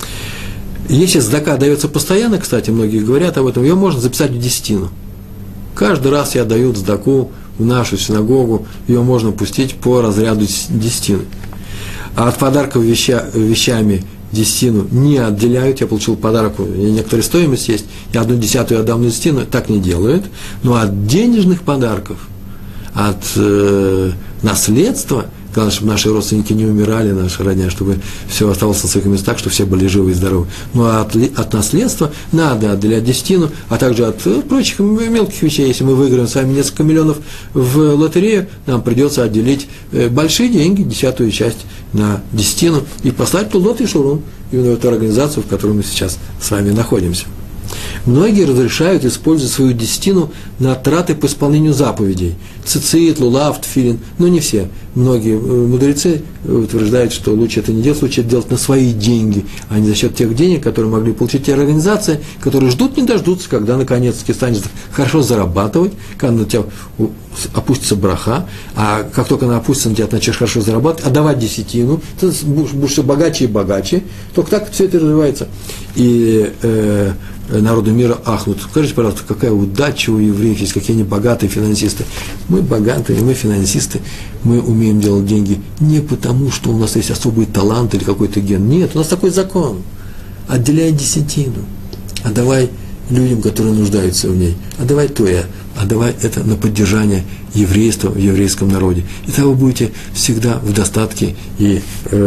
S1: Если цдака дается постоянно, кстати, многие говорят об этом, ее можно записать в десятину. Каждый раз я даю цдаку в нашу синагогу, ее можно пустить по разряду десятины. А от подарков вещами десятину не отделяют. Я получил подарок, у меня некоторая стоимость есть, я 1/10 отдам на десятину, так не делают. Но от денежных подарков, от наследства, главное, чтобы наши родственники не умирали, наши родня, чтобы все оставалось на своих местах, чтобы все были живы и здоровы. Но от наследства надо отделять десятину, а также от прочих мелких вещей. Если мы выиграем с вами несколько миллионов в лотерею, нам придется отделить большие деньги, 10-ю часть на десятину, и послать Тулдот Йешурун, именно в эту организацию, в которой мы сейчас с вами находимся. Многие разрешают использовать свою десятину на траты по исполнению заповедей. Цицит, лулав, тфилин, но не все. Многие мудрецы утверждают, что лучше это не делать, лучше это делать на свои деньги, а не за счет тех денег, которые могли получить те организации, которые ждут, не дождутся, когда наконец-таки станет хорошо зарабатывать, когда на тебя опустится браха, а как только она опустится, на тебя начнешь хорошо зарабатывать, отдавать десятину, ты будешь все богаче и богаче, только так все это развивается. И народу мира ахнут. Скажите, пожалуйста, какая удача у евреев есть, какие они богатые финансисты. Мы богатые, мы финансисты, мы умеем делать деньги не потому, что у нас есть особый талант или какой-то ген. Нет, у нас такой закон. Отделяй десятину, отдавай людям, которые нуждаются в ней. Отдавай твое, отдавай это на поддержание еврейства в еврейском народе. И тогда вы будете всегда в достатке, и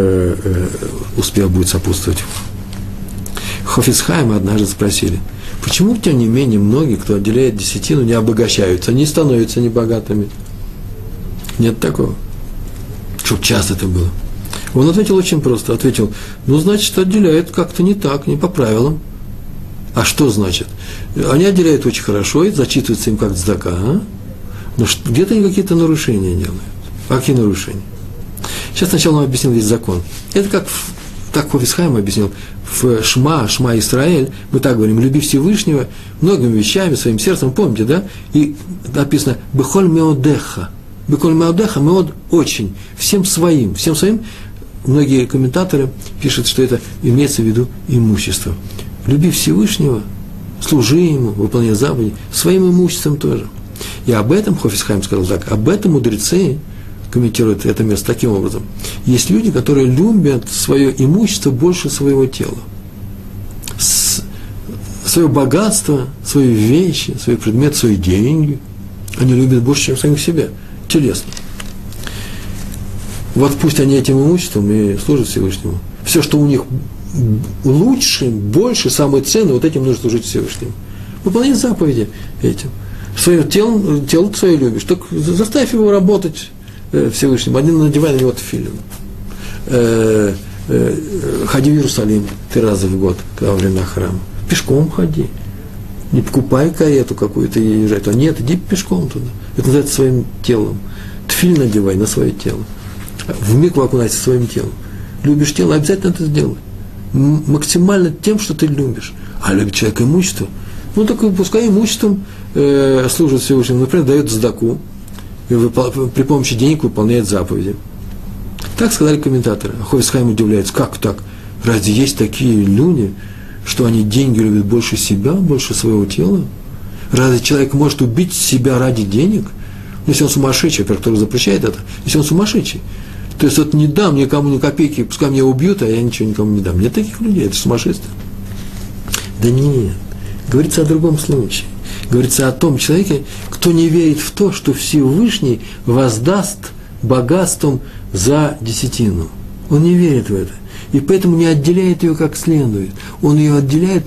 S1: успех будет сопутствовать. Хофец Хаима однажды спросили, почему, тем не менее, многие, кто отделяет десятину, не обогащаются, не становятся небогатыми? Нет такого. Чтоб часто это было. Он ответил очень просто. Ответил, значит, отделяют как-то не так, не по правилам. А что значит? Они отделяют очень хорошо, и зачитываются им как цдака, но где-то они какие-то нарушения делают. А какие нарушения? Сейчас сначала он объяснил весь закон. Это как так Хофец Хаим объяснил, в Шма Исраэль, мы так говорим, люби Всевышнего многими вещами, своим сердцем, помните, да? И написано «Бехоль меодеха». «Бехоль меодеха» меод очень, всем своим. Многие комментаторы пишут, что это имеется в виду имущество. Люби Всевышнего, служи Ему, выполняй заповеди, своим имуществом тоже. И об этом Хофец Хаим сказал так, об этом мудрецы комментирует это место таким образом. Есть люди, которые любят свое имущество больше своего тела. Свое богатство, свои вещи, свои предметы, свои деньги. Они любят больше, чем самих себя, телесно. Вот пусть они этим имуществом и служат Всевышнему. Все, что у них лучше, больше, самое ценное, вот этим нужно служить Всевышнему. Выполнять заповеди этим. Свое тело свое любишь, только заставь его работать Всевышнему. Один надевай на него тфилин. Ходи в Иерусалим 3 раза в год, когда во время храма. Пешком ходи. Не покупай карету какую-то и езжай. Нет, иди пешком туда. Это называется своим телом. Тфилин надевай на свое тело. В микву окунайся своим телом. Любишь тело, обязательно это сделай. Максимально тем, что ты любишь. А любит человек имущество. Так пускай имуществом служит Всевышнему. Например, дает цдаку. И при помощи денег выполняет заповеди. Так сказали комментаторы. Хофец Хаим удивляется, как так? Разве есть такие люди, что они деньги любят больше себя, больше своего тела? Разве человек может убить себя ради денег? Если он сумасшедший, который запрещает это, если он сумасшедший, То есть вот не дам никому ни копейки, пускай меня убьют, а я ничего никому не дам. Нет таких людей, это сумасшествие. Да нет, говорится о другом случае. Говорится о том человеке, кто не верит в то, что Всевышний воздаст богатством за десятину. Он не верит в это. И поэтому не отделяет ее как следует. Он ее отделяет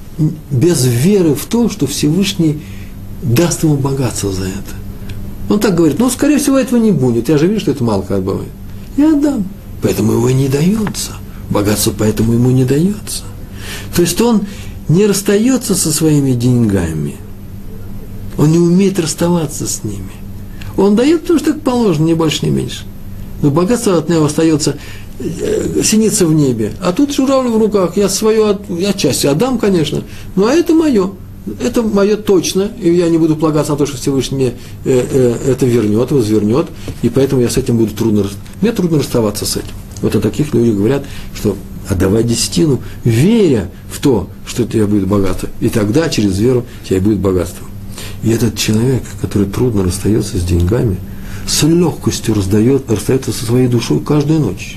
S1: без веры в то, что Всевышний даст ему богатство за это. Он так говорит, ну, скорее всего, этого не будет. Я же вижу, что это мало как бывает. Я отдам. Поэтому его и не дается. Богатство поэтому ему не дается. То есть он не расстается со своими деньгами. Он не умеет расставаться с ними. Он дает, потому что так положено, ни больше, ни меньше. Но богатство от него остается, синится в небе. А тут журавль в руках. Я свое, я часть отдам, конечно, но это мое. Это мое точно, и я не буду полагаться на то, что Всевышний мне это вернет, возвернет, и поэтому я с этим буду мне трудно расставаться с этим. Вот о таких людях говорят, что отдавай десятину, веря в то, что у тебя будет богатство, и тогда через веру у тебя будет богатство. И этот человек, который трудно расстается с деньгами, с легкостью расстается со своей душой каждую ночь.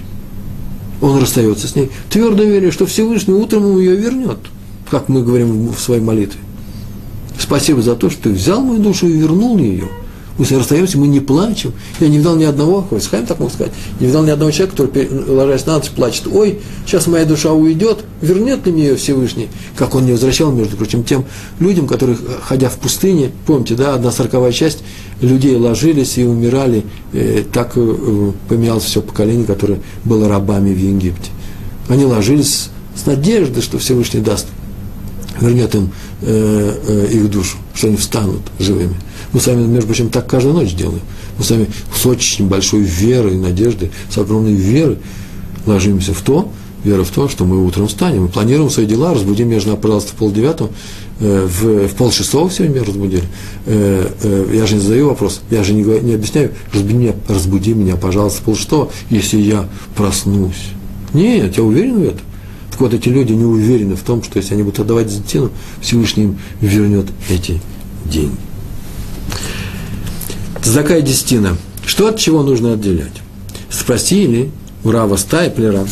S1: Он расстается с ней, твердо веря, что Всевышний утром ему ее вернет, как мы говорим в своей молитве. Спасибо за то, что ты взял мою душу и вернул ее. Мы с ней расстаемся, мы не плачем. Я не видал ни одного, хоть Хайм так мог сказать, не видал ни одного человека, который, ложась на ночь, плачет. Ой, сейчас моя душа уйдет, вернет ли мне ее Всевышний? Как он не возвращал, между прочим, тем людям, которые, ходя в пустыне, помните, да, 1/40 часть людей ложились и умирали. Так поменялось все поколение, которое было рабами в Египте. Они ложились с надеждой, что Всевышний даст, вернет им их душу, что они встанут живыми. Мы с вами, между прочим, так каждую ночь делаем. Мы с вами с очень большой верой и надеждой, с огромной верой ложимся в то, вера в то, что мы утром встанем. Мы планируем свои дела, разбудим меня, пожалуйста, в 5:30, в 5:30 сегодня меня разбудили. Я же не задаю вопрос, я же не объясняю, разбуди меня, пожалуйста, в 5:30, если я проснусь. Нет, я уверен в этом. Так вот, эти люди не уверены в том, что если они будут отдавать десятину, Всевышний им вернет эти деньги. Цдака и десятина. Что от чего нужно отделять? Спросили у Рава Стайплера.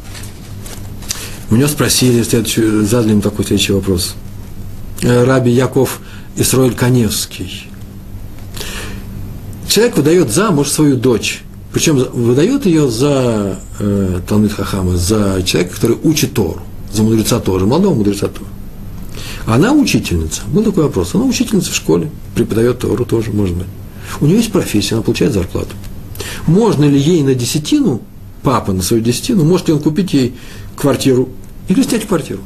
S1: У него спросили, задали ему такой следующий вопрос. Раби Яков Исроэль Каневский. Человек выдает замуж свою дочь. Причем выдает ее за Талмид Хахама, за человека, который учит Тору, за мудреца Торы, молодого мудреца Торы. Она учительница. Был такой вопрос. Она учительница в школе, преподает Тору тоже, может быть. У нее есть профессия, она получает зарплату. Можно ли ей на десятину, папа на свою десятину, может ли он купить ей квартиру или снять квартиру?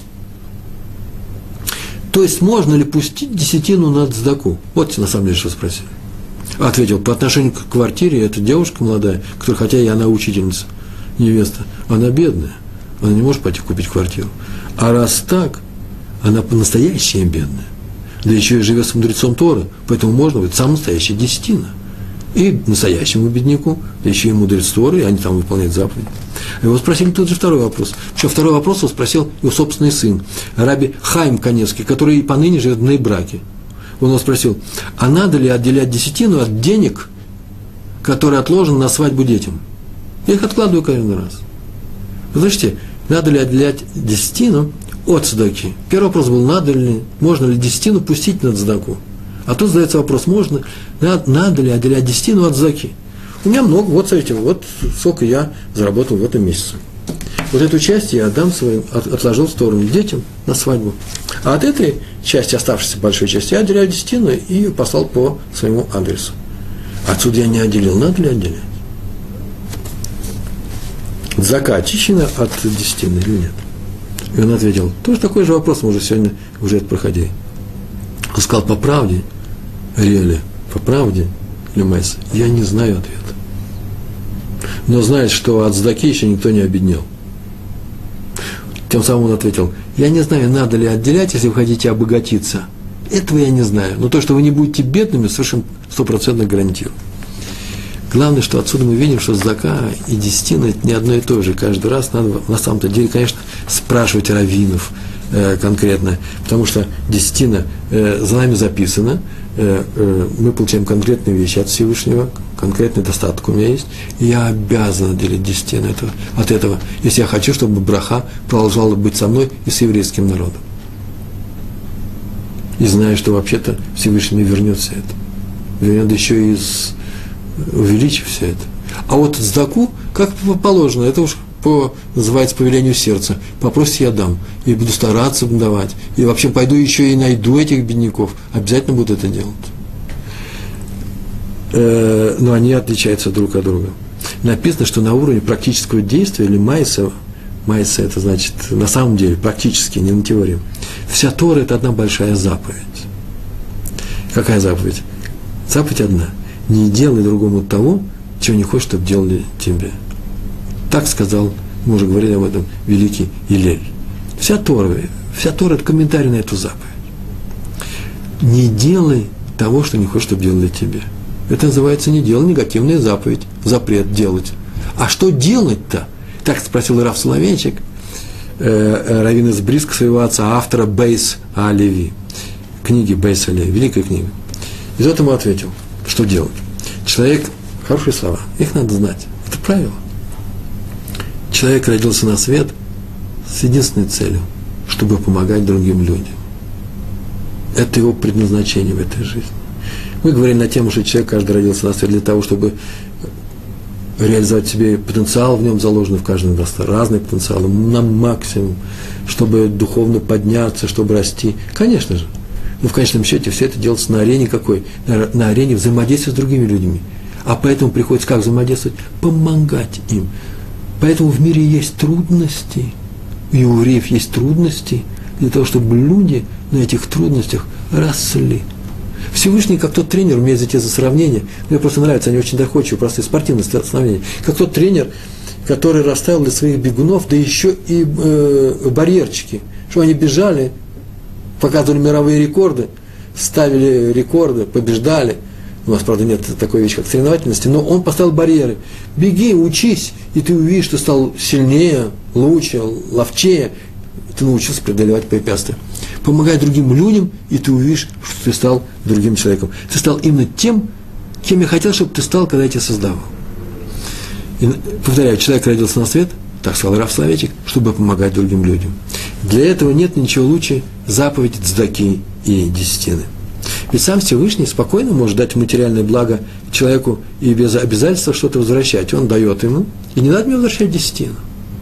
S1: То есть, можно ли пустить десятину на цдаку? Вот на самом деле, что спросили. Ответил, по отношению к квартире, эта девушка молодая, которая, хотя и она учительница, невеста, она бедная, она не может пойти купить квартиру. А раз так, она по-настоящему бедная. Да еще и живет с мудрецом Торы, поэтому можно быть сам настоящая десятина. И настоящему бедняку, да еще и мудрец Торы, и они там выполняют заповеди. Его спросили тот же второй вопрос. Причем второй вопрос его спросил его собственный сын, Раби Хайм Каневский, который и поныне живет в Нейбраке. Он его спросил, а надо ли отделять десятину от денег, которые отложены на свадьбу детям? Я их откладываю каждый раз. Вы слышите, надо ли отделять десятину от цдаки? Первый вопрос был, можно ли десятину пустить на цдаку? А тут задается вопрос, надо ли отделять десятину от цдаки? У меня много, вот смотрите, вот сколько я заработал в этом месяце. Вот эту часть я отложил в сторону детям на свадьбу. А от этой части, оставшейся большой части, я отделяю десятину и ее послал по своему адресу. Отсюда я не отделил, надо ли отделять? Цдака очищена от десятины или нет? И он ответил, тоже такой же вопрос, мы уже сегодня это проходили. Он сказал, по правде, Риэле, по правде, Лемайс, я не знаю ответа. Но знает, что от цдаки еще никто не обеднел. Тем самым он ответил, я не знаю, надо ли отделять, если вы хотите обогатиться. Этого я не знаю. Но то, что вы не будете бедными, совершенно 100% гарантирую. Главное, что отсюда мы видим, что цдака и десятина – это не одно и то же. Каждый раз надо, на самом-то деле, конечно, спрашивать раввинов, конкретное, потому что десятина за нами записана, мы получаем конкретные вещи от Всевышнего, конкретный достаток у меня есть, и я обязан отделить десятину от этого, если я хочу, чтобы браха продолжала быть со мной и с еврейским народом. И знаю, что вообще-то Всевышний мне вернет все это. Вернет еще и увеличив все это. А вот цдаку, как положено, это уж называется по велению сердца. Попросите, я дам. И буду стараться давать. И вообще пойду еще и найду этих бедняков. Обязательно буду это делать. Но они отличаются друг от друга. Написано, что на уровне практического действия, или майса это значит на самом деле практически, не на теории, вся Тора – это одна большая заповедь. Какая заповедь? Заповедь одна. Не делай другому того, чего не хочешь, чтобы делали тебе. Так сказал, мы уже говорили об этом, великий Илель. Вся Тора – это комментарий на эту заповедь. Не делай того, что не хочешь, чтобы делали тебе. Это называется не делай, негативная заповедь, запрет делать. А что делать-то? Так спросил Рав Соловейчик, раввин из Бриска, своего отца, автора Бейс а-Леви, книги Бейс а-Леви, великая книга. И тот ему ответил, что делать. Человек, хорошие слова, их надо знать, это правило. Человек родился на свет с единственной целью, чтобы помогать другим людям. Это его предназначение в этой жизни. Мы говорим на тему, что человек каждый родился на свет для того, чтобы реализовать в себе потенциал, в нем заложенный в каждом раз, разный потенциал, на максимум, чтобы духовно подняться, чтобы расти. Конечно же. Но в конечном счете все это делается на арене какой? На арене взаимодействия с другими людьми. А поэтому приходится как взаимодействовать? Помогать им. Поэтому в мире есть трудности, у евреев есть трудности, для того, чтобы люди на этих трудностях росли. Всевышний, как тот тренер, умеет зайти за сравнение. Мне просто нравится, они очень доходчивые, простые, спортивные сравнения. Как тот тренер, который расставил для своих бегунов, да еще и барьерчики, что они бежали, показывали мировые рекорды, ставили рекорды, побеждали. У нас, правда, нет такой вещи, как соревновательности, но он поставил барьеры. Беги, учись, и ты увидишь, что стал сильнее, лучше, ловчее. Ты научился преодолевать препятствия. Помогай другим людям, и ты увидишь, что ты стал другим человеком. Ты стал именно тем, кем я хотел, чтобы ты стал, когда я тебя создавал. И, повторяю, человек родился на свет, так сказал Рав Соловейчик, чтобы помогать другим людям. Для этого нет ничего лучше заповеди цдаки и десятины. Ведь сам Всевышний спокойно может дать материальное благо человеку и без обязательства что-то возвращать. Он дает ему, и не надо мне возвращать десятину.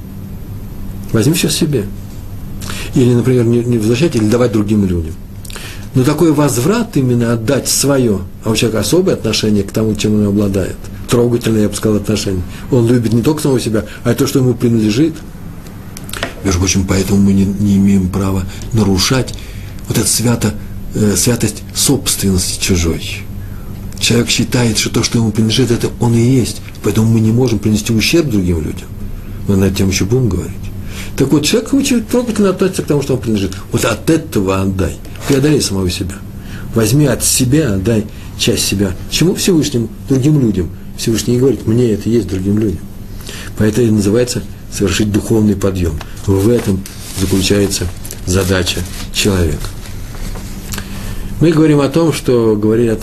S1: Возьми все себе. Или, например, не возвращать, или давать другим людям. Но такой возврат именно отдать свое, а у человека особое отношение к тому, чем он обладает. Трогательное, я бы сказал, отношение. Он любит не только самого себя, а и то, что ему принадлежит. Между прочим, поэтому мы не имеем права нарушать вот эту святость собственности чужой. Человек считает, что то, что ему принадлежит, это он и есть. Поэтому мы не можем принести ущерб другим людям. Мы на эту тему еще будем говорить. Так вот, человек очень трогательно относится к тому, что он принадлежит. Вот от этого отдай. Преодолей самого себя. Возьми от себя, отдай часть себя. Чему? Всевышнему, другим людям. Всевышний не говорит, мне это есть другим людям. Поэтому это называется совершить духовный подъем. В этом заключается задача человека. Мы говорили о том, что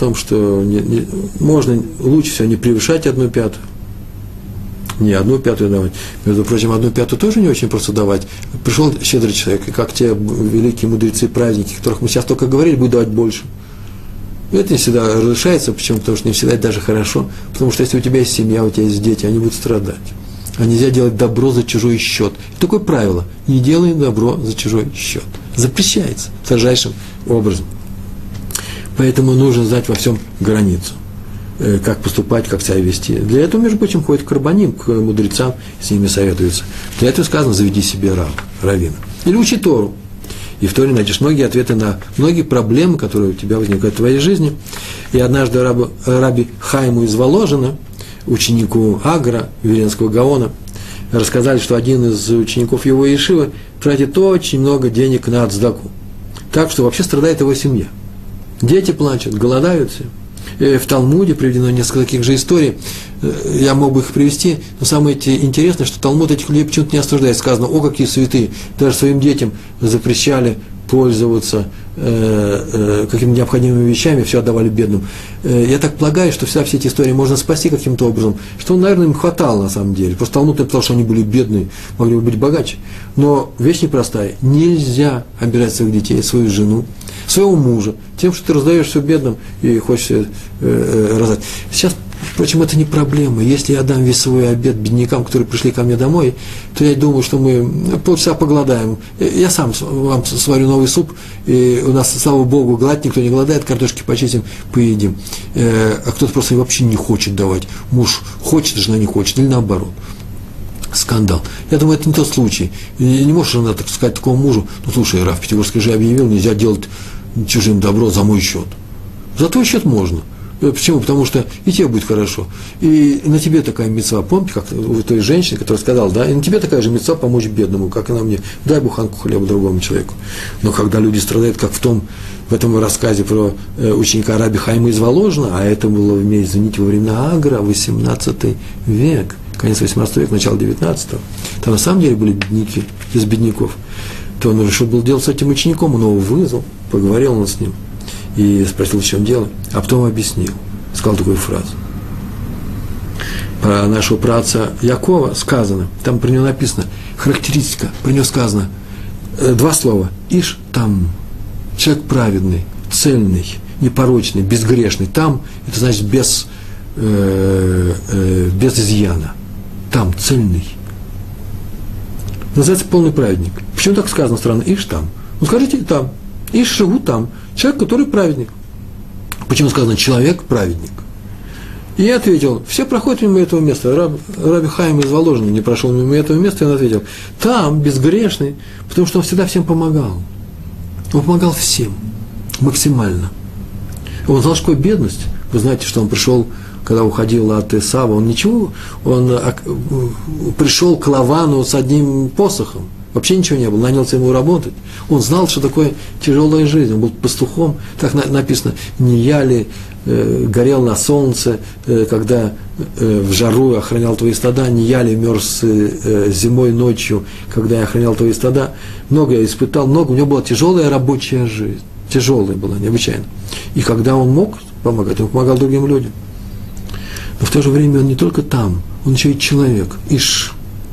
S1: можно лучше всего не превышать 1/5. Не 1/5 давать. Между прочим, 1/5 тоже не очень просто давать. Пришел щедрый человек, и как те великие мудрецы, праздники, о которых мы сейчас только говорили, будет давать больше. И это не всегда разрешается. Почему? Потому что не всегда это даже хорошо. Потому что если у тебя есть семья, у тебя есть дети, они будут страдать. А нельзя делать добро за чужой счет. И такое правило. Не делай добро за чужой счет. Запрещается строжайшим образом. Поэтому нужно знать во всем границу. Как поступать, как себя вести. Для этого, между прочим, ходят к рабаним, к мудрецам, с ними советуются. Для этого сказано, заведи себе раввина. Или учи Тору. И в Торе найдешь многие ответы на многие проблемы, которые у тебя возникают в твоей жизни. И однажды раби Хайму из Воложина, ученику Агра, Виленского Гаона, рассказали, что один из учеников его ешивы тратит очень много денег на цдаку. Так что вообще страдает его семья. Дети плачут, голодают все. В Талмуде приведено несколько таких же историй. Я мог бы их привести, но самое интересное, что Талмуд этих людей почему-то не осуждает. Сказано, о, какие святые, даже своим детям запрещали пользоваться какими-то необходимыми вещами, все отдавали бедным. Я так полагаю, что все эти истории можно спасти каким-то образом, что, наверное, им хватало на самом деле. Просто Талмуд написал, что они были бедные, могли бы быть богаче. Но вещь непростая. Нельзя обирать своих детей, свою жену, своего мужа, тем, что ты раздаешь все бедным и хочешь раздать. Сейчас, впрочем, это не проблема. Если я дам весь свой обед беднякам, которые пришли ко мне домой, то я думаю, что мы полчаса поголодаем. Я сам вам сварю новый суп, и у нас, слава Богу, голодать никто не голодает, картошки почистим, поедим. А кто-то просто вообще не хочет давать. Муж хочет, жена не хочет, или наоборот. Скандал. Я думаю, это не тот случай. И не можешь жена так сказать такому мужу, ну, слушай, Рав Пятигорский же объявил, нельзя делать чужим добро за мой счет. За твой счет можно. Почему? Потому что и тебе будет хорошо. И на тебе такая мицва. Помните, как у той женщины, которая сказала, да, и на тебе такая же мицва помочь бедному, как и на мне. Дай буханку хлеба другому человеку. Но когда люди страдают, как в этом рассказе про ученика Раби Хайма из Воложина, а это было, извините, во времена Агра, 18 век, конец 18 века, начало 19-го, там на самом деле были бедняки, из бедняков, то он решил был делать с этим учеником, он его вызвал, поговорил он с ним и спросил, в чем дело, а потом объяснил, сказал такую фразу. Про нашего праотца Якова сказано, там про него написано, характеристика, про него сказано, два слова, иш там, человек праведный, цельный, непорочный, безгрешный, там, это значит без изъяна, там, цельный. Называется полный праведник. Почему так сказано странно? Иш там. Ну скажите там. Иш живу там. Человек, который праведник. Почему сказано человек праведник? И я ответил, все проходят мимо этого места. Раби Хайм из Воложина не прошел мимо этого места, и он ответил, там безгрешный, потому что он всегда всем помогал. Он помогал всем, максимально. Он знал, что такое бедность. Вы знаете, что он пришел, когда уходил от Исава, он пришел к Лавану с одним посохом, вообще ничего не было, нанялся ему работать. Он знал, что такое тяжелая жизнь, он был пастухом, так написано, не я ли горел на солнце, когда в жару охранял твои стада, не я ли мерз зимой ночью, когда я охранял твои стада. Много я испытал, много, у него была тяжелая рабочая жизнь, тяжелая была, необычайно. И когда он мог помогать, он помогал другим людям. Но в то же время он не только там, он еще и человек, Иш.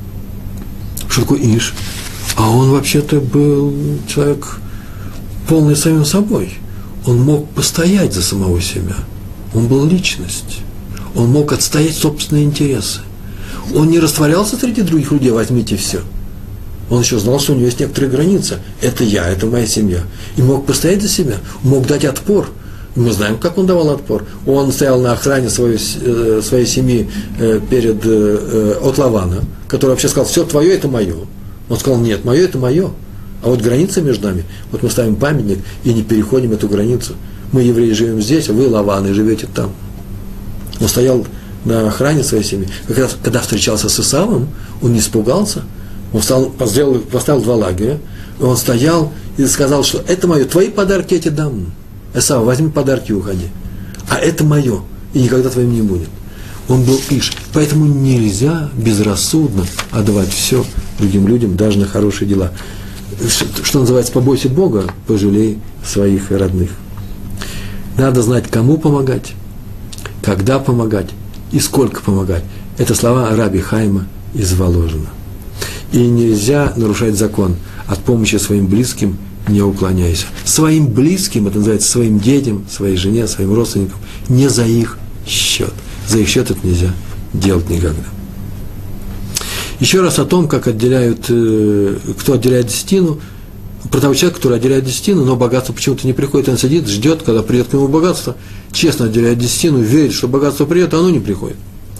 S1: Что такое Иш? А он вообще-то был человек полный самим собой. Он мог постоять за самого себя. Он был личность. Он мог отстоять собственные интересы. Он не растворялся среди других людей, возьмите все. Он еще знал, что у него есть некоторые границы. Это я, это моя семья. И мог постоять за себя, мог дать отпор. Мы знаем, как он давал отпор. Он стоял на охране своей семьи от Лавана, который вообще сказал, все твое, это мое. Он сказал, нет, мое, это мое. А вот граница между нами, вот мы ставим памятник и не переходим эту границу. Мы, евреи, живем здесь, а вы, Лаваны, живете там. Он стоял на охране своей семьи. Как раз, когда встречался с Исавом, он не испугался. Он поставил два лагеря. И он стоял и сказал, что это мое, твои подарки я тебе дам. Эсав, возьми подарки и уходи. А это мое, и никогда твоим не будет. Он был Иш. Поэтому нельзя безрассудно отдавать все другим людям, даже на хорошие дела. Что называется, побойся Бога, пожалей своих родных. Надо знать, кому помогать, когда помогать и сколько помогать. Это слова Раби Хайма из Воложина. И нельзя нарушать закон. От помощи своим близким не уклоняйся. Своим близким, это называется своим детям, своей жене, своим родственникам, не за их счет. За их счет это нельзя делать никогда. Еще раз о том, как отделяют, кто отделяет десятину, про того человека, который отделяет десятину, но богатство почему-то не приходит, он сидит, ждет, когда придет к нему богатство, честно отделяет десятину, верит, что богатство придет, а оно не приходит.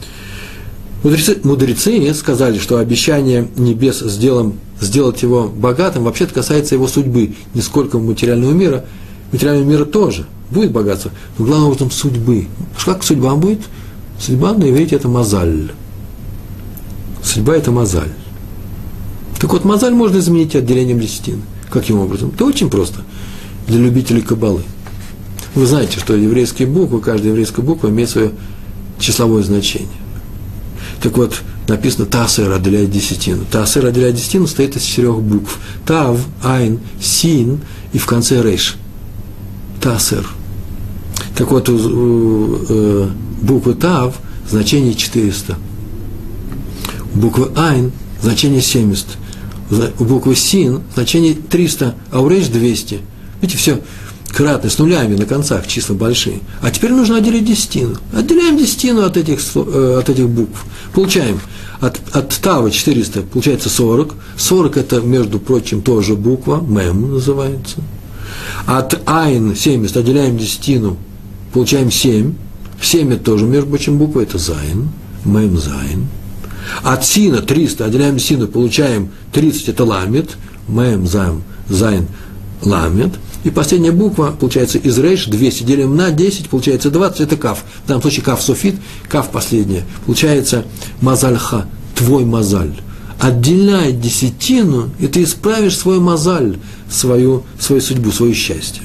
S1: Мудрецы сказали, что обещание небес сделать его богатым вообще-то касается его судьбы, не сколько материального мира. Материального мира тоже будет богатство, но главным образом судьбы. Как судьба будет? Судьба на иврите это мазаль. Судьба это мазаль. Так вот, мазаль можно заменить отделением десятины. Каким образом? Это очень просто. Для любителей каббалы. Вы знаете, что еврейские буквы, каждая еврейская буква имеет свое числовое значение. Так вот, написано «Таасер» отделяет десятину. «Таасер» отделяет десятину состоит из 4 букв. Тав, Айн, Син и в конце Рейш. «Таасер». Так вот, у буквы «Тав» значение 400. У буквы «Айн» значение 70. У буквы «Син» значение 300, а у «Рейш» 200. Видите, все кратно, с нулями на концах, числа большие. А теперь нужно отделить десятину. Отделяем десятину от этих букв. Получаем от Тава 400, получается 40. 40 это, между прочим, тоже буква, Мем называется. От Айн 70 отделяем десятину, получаем 7. 7 это тоже, между прочим, буква, это Зайн, Мем Зайн. От Сина 300 отделяем Сину, получаем 30, это Ламет, Мем Зайн Ламет. И последняя буква, получается, из Рейш 200 делим на 10, получается 20, это Кав. В данном случае Кав Софит, Кав последняя. Получается Мазальха, твой мазаль. Отделяй десятину, и ты исправишь свой мазаль, свою судьбу, свое счастье.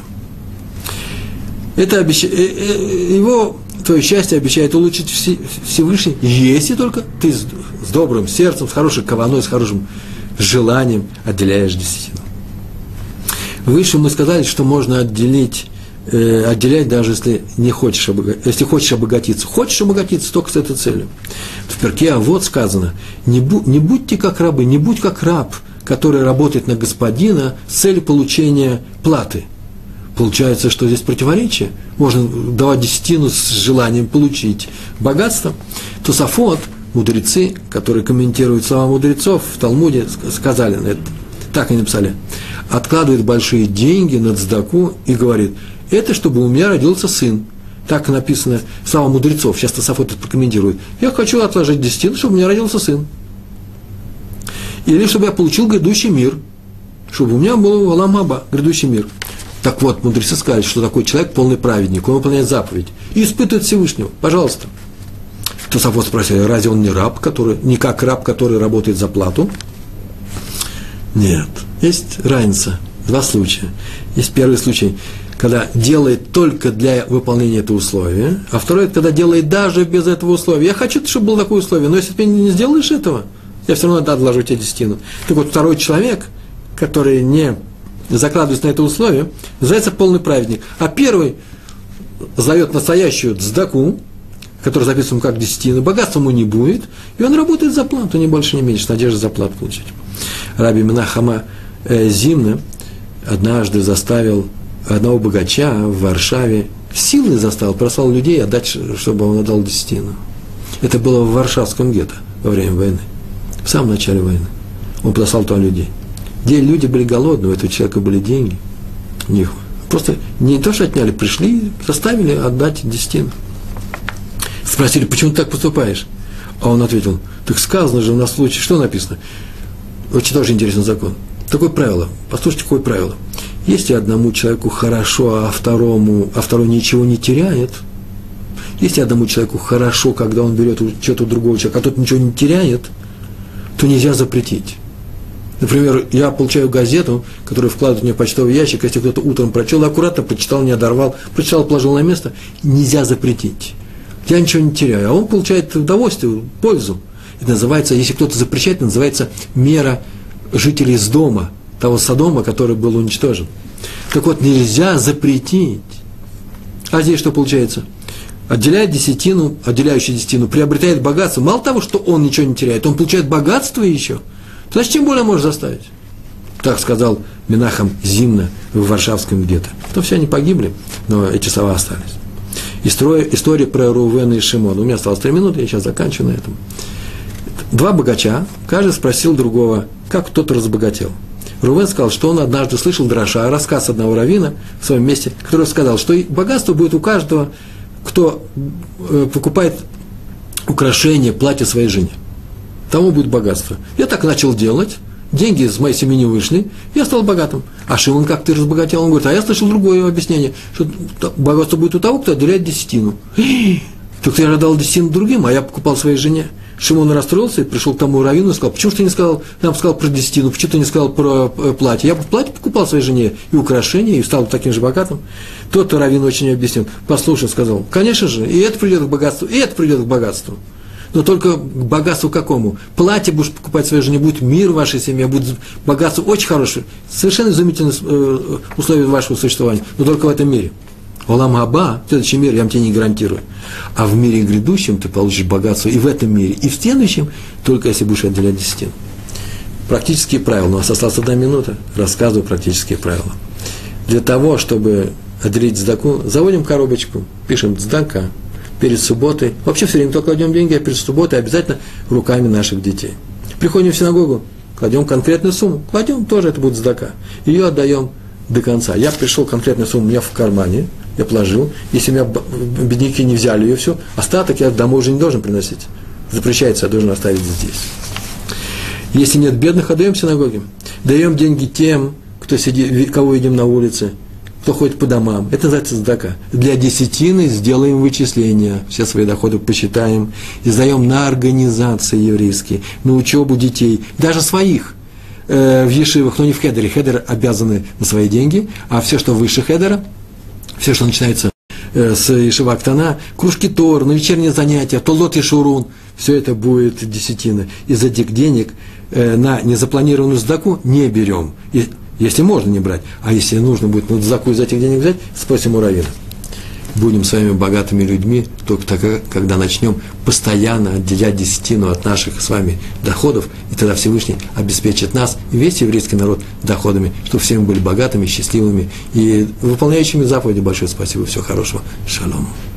S1: Это его, твое счастье обещает улучшить Всевышний, если только ты с добрым сердцем, с хорошей каваной, с хорошим желанием отделяешь десятину. Выше мы сказали, что можно отделять даже если не хочешь, если хочешь обогатиться. Хочешь обогатиться только с этой целью. В Перке Авот сказано, не будьте как рабы, не будь как раб, который работает на господина с целью получения платы. Получается, что здесь противоречие. Можно давать десятину с желанием получить богатство. Тосафот, мудрецы, которые комментируют слова мудрецов в Талмуде, сказали на это. Так они написали. Откладывает большие деньги на цдаку и говорит, это чтобы у меня родился сын. Так написано слова мудрецов. Сейчас Тосафот это прокомментирует. Я хочу отложить десятину, чтобы у меня родился сын. Или чтобы я получил грядущий мир. Чтобы у меня был Олам Хаба, грядущий мир. Так вот, мудрецы сказали, что такой человек полный праведник, он выполняет заповедь и испытывает Всевышнего. Пожалуйста. Тосафот спросил, разве он не раб, не как раб, который работает за плату? Нет. Есть разница. 2 случая. Есть первый случай, когда делает только для выполнения этого условия, а второй, когда делает даже без этого условия. Я хочу, чтобы было такое условие, но если ты не сделаешь этого, я все равно отложу тебе десятину. Так вот, второй человек, который не закладывается на это условие, называется полный праведник. А первый зовет настоящую цдаку, который записан как десятину, богатства ему не будет, и он работает за плату, ни больше, ни меньше, с надеждой за плату получить. Раби Менахема Зимна однажды заставил одного богача в Варшаве, силой заставил, прислал людей отдать, чтобы он отдал десятину. Это было в Варшавском гетто во время войны, в самом начале войны. Он послал туда людей. Где люди были голодны, у этого человека были деньги. У них просто не то, что отняли, пришли, заставили отдать десятину. Спросили, почему ты так поступаешь? А он ответил, так сказано же у нас в случае, что написано? Очень тоже интересный закон. Такое правило, послушайте, какое правило. Если одному человеку хорошо, а второй ничего не теряет, если одному человеку хорошо, когда он берет что-то у другого человека, а тот ничего не теряет, то нельзя запретить. Например, я получаю газету, которую вкладывают мне в почтовый ящик, если кто-то утром прочел, аккуратно прочитал, не одорвал, прочитал, положил на место, нельзя запретить. Я ничего не теряю, а он получает удовольствие, пользу. Это называется, если кто-то запрещает, это называется мера жителей из дома, того Содома, который был уничтожен. Так вот, нельзя запретить. А здесь что получается? Отделяет десятину, отделяющий десятину, приобретает богатство. Мало того, что он ничего не теряет, он получает богатство еще. Значит, тем более можешь заставить. Так сказал Менахем Зимна в Варшавском гетто. То все они погибли, но эти слова остались. История про Рувена и Шимона. У меня осталось 3 минуты, я сейчас заканчиваю на этом. 2 богача, каждый спросил другого, как кто-то разбогател. Рувен сказал, что он однажды слышал дроша, рассказ одного раввина в своем месте, который сказал, что богатство будет у каждого, кто покупает украшения, платье своей жене. Тому будет богатство. Я так начал делать, деньги из моей семьи не вышли, я стал богатым. А Шимон, как ты разбогател? Он говорит, а я слышал другое объяснение, что богатство будет у того, кто отделяет десятину. Только я же дал десятину другим, а я покупал своей жене. Шимон расстроился и пришел к тому раввину и сказал: почему же ты не сказал, нам сказал про десятину, почему ты не сказал про платье? Я платье покупал своей жене и украшения, и стал таким же богатым. Тот раввин очень объяснил, послушал, сказал: конечно же, и это придет к богатству, и это придет к богатству. Но только к богатству какому? Платье будешь покупать своей жене, будет мир в вашей семье, будет богатство очень хорошее, совершенно изумительные условия вашего существования, но только в этом мире. Олам Хаба, в следующем мире, я вам тебе не гарантирую. А в мире грядущем ты получишь богатство и в этом мире, и в следующем, только если будешь отделять десятину. Практические правила. У нас осталась 1 минута, рассказываю практические правила. Для того, чтобы отделить цдаку, заводим коробочку, пишем цдака перед субботой. Вообще все время только кладем деньги, а перед субботой обязательно руками наших детей. Приходим в синагогу, кладем конкретную сумму, кладем, тоже это будет цдака. Ее отдаем до конца. Я пришел, конкретная сумма у меня в кармане, я положил. Если у меня бедняки не взяли ее все, остаток я домой уже не должен приносить. Запрещается, я должен оставить здесь. Если нет бедных, отдаем в синагоге. Даем деньги тем, кто сидит, кого видим на улице, кто ходит по домам. Это называется цдака. Для десятины сделаем вычисления, все свои доходы посчитаем и сдаем на организации еврейские, на учебу детей, даже своих. В ешивах, но не в хедере. Хедер обязаны на свои деньги, а все, что выше хедера, все, что начинается с ешива актана, кружки Тор, на вечерние занятия, толот и шурун, все это будет десятина. Из этих денег на незапланированную цдаку не берем. Если можно не брать, а если нужно будет на цдаку из этих денег взять, спросим у раввина. Будем с вами богатыми людьми только тогда, когда начнем постоянно отделять десятину от наших с вами доходов, и тогда Всевышний обеспечит нас и весь еврейский народ доходами, чтобы все мы были богатыми, счастливыми и выполняющими заповеди. Большое спасибо, всего хорошего, шалом.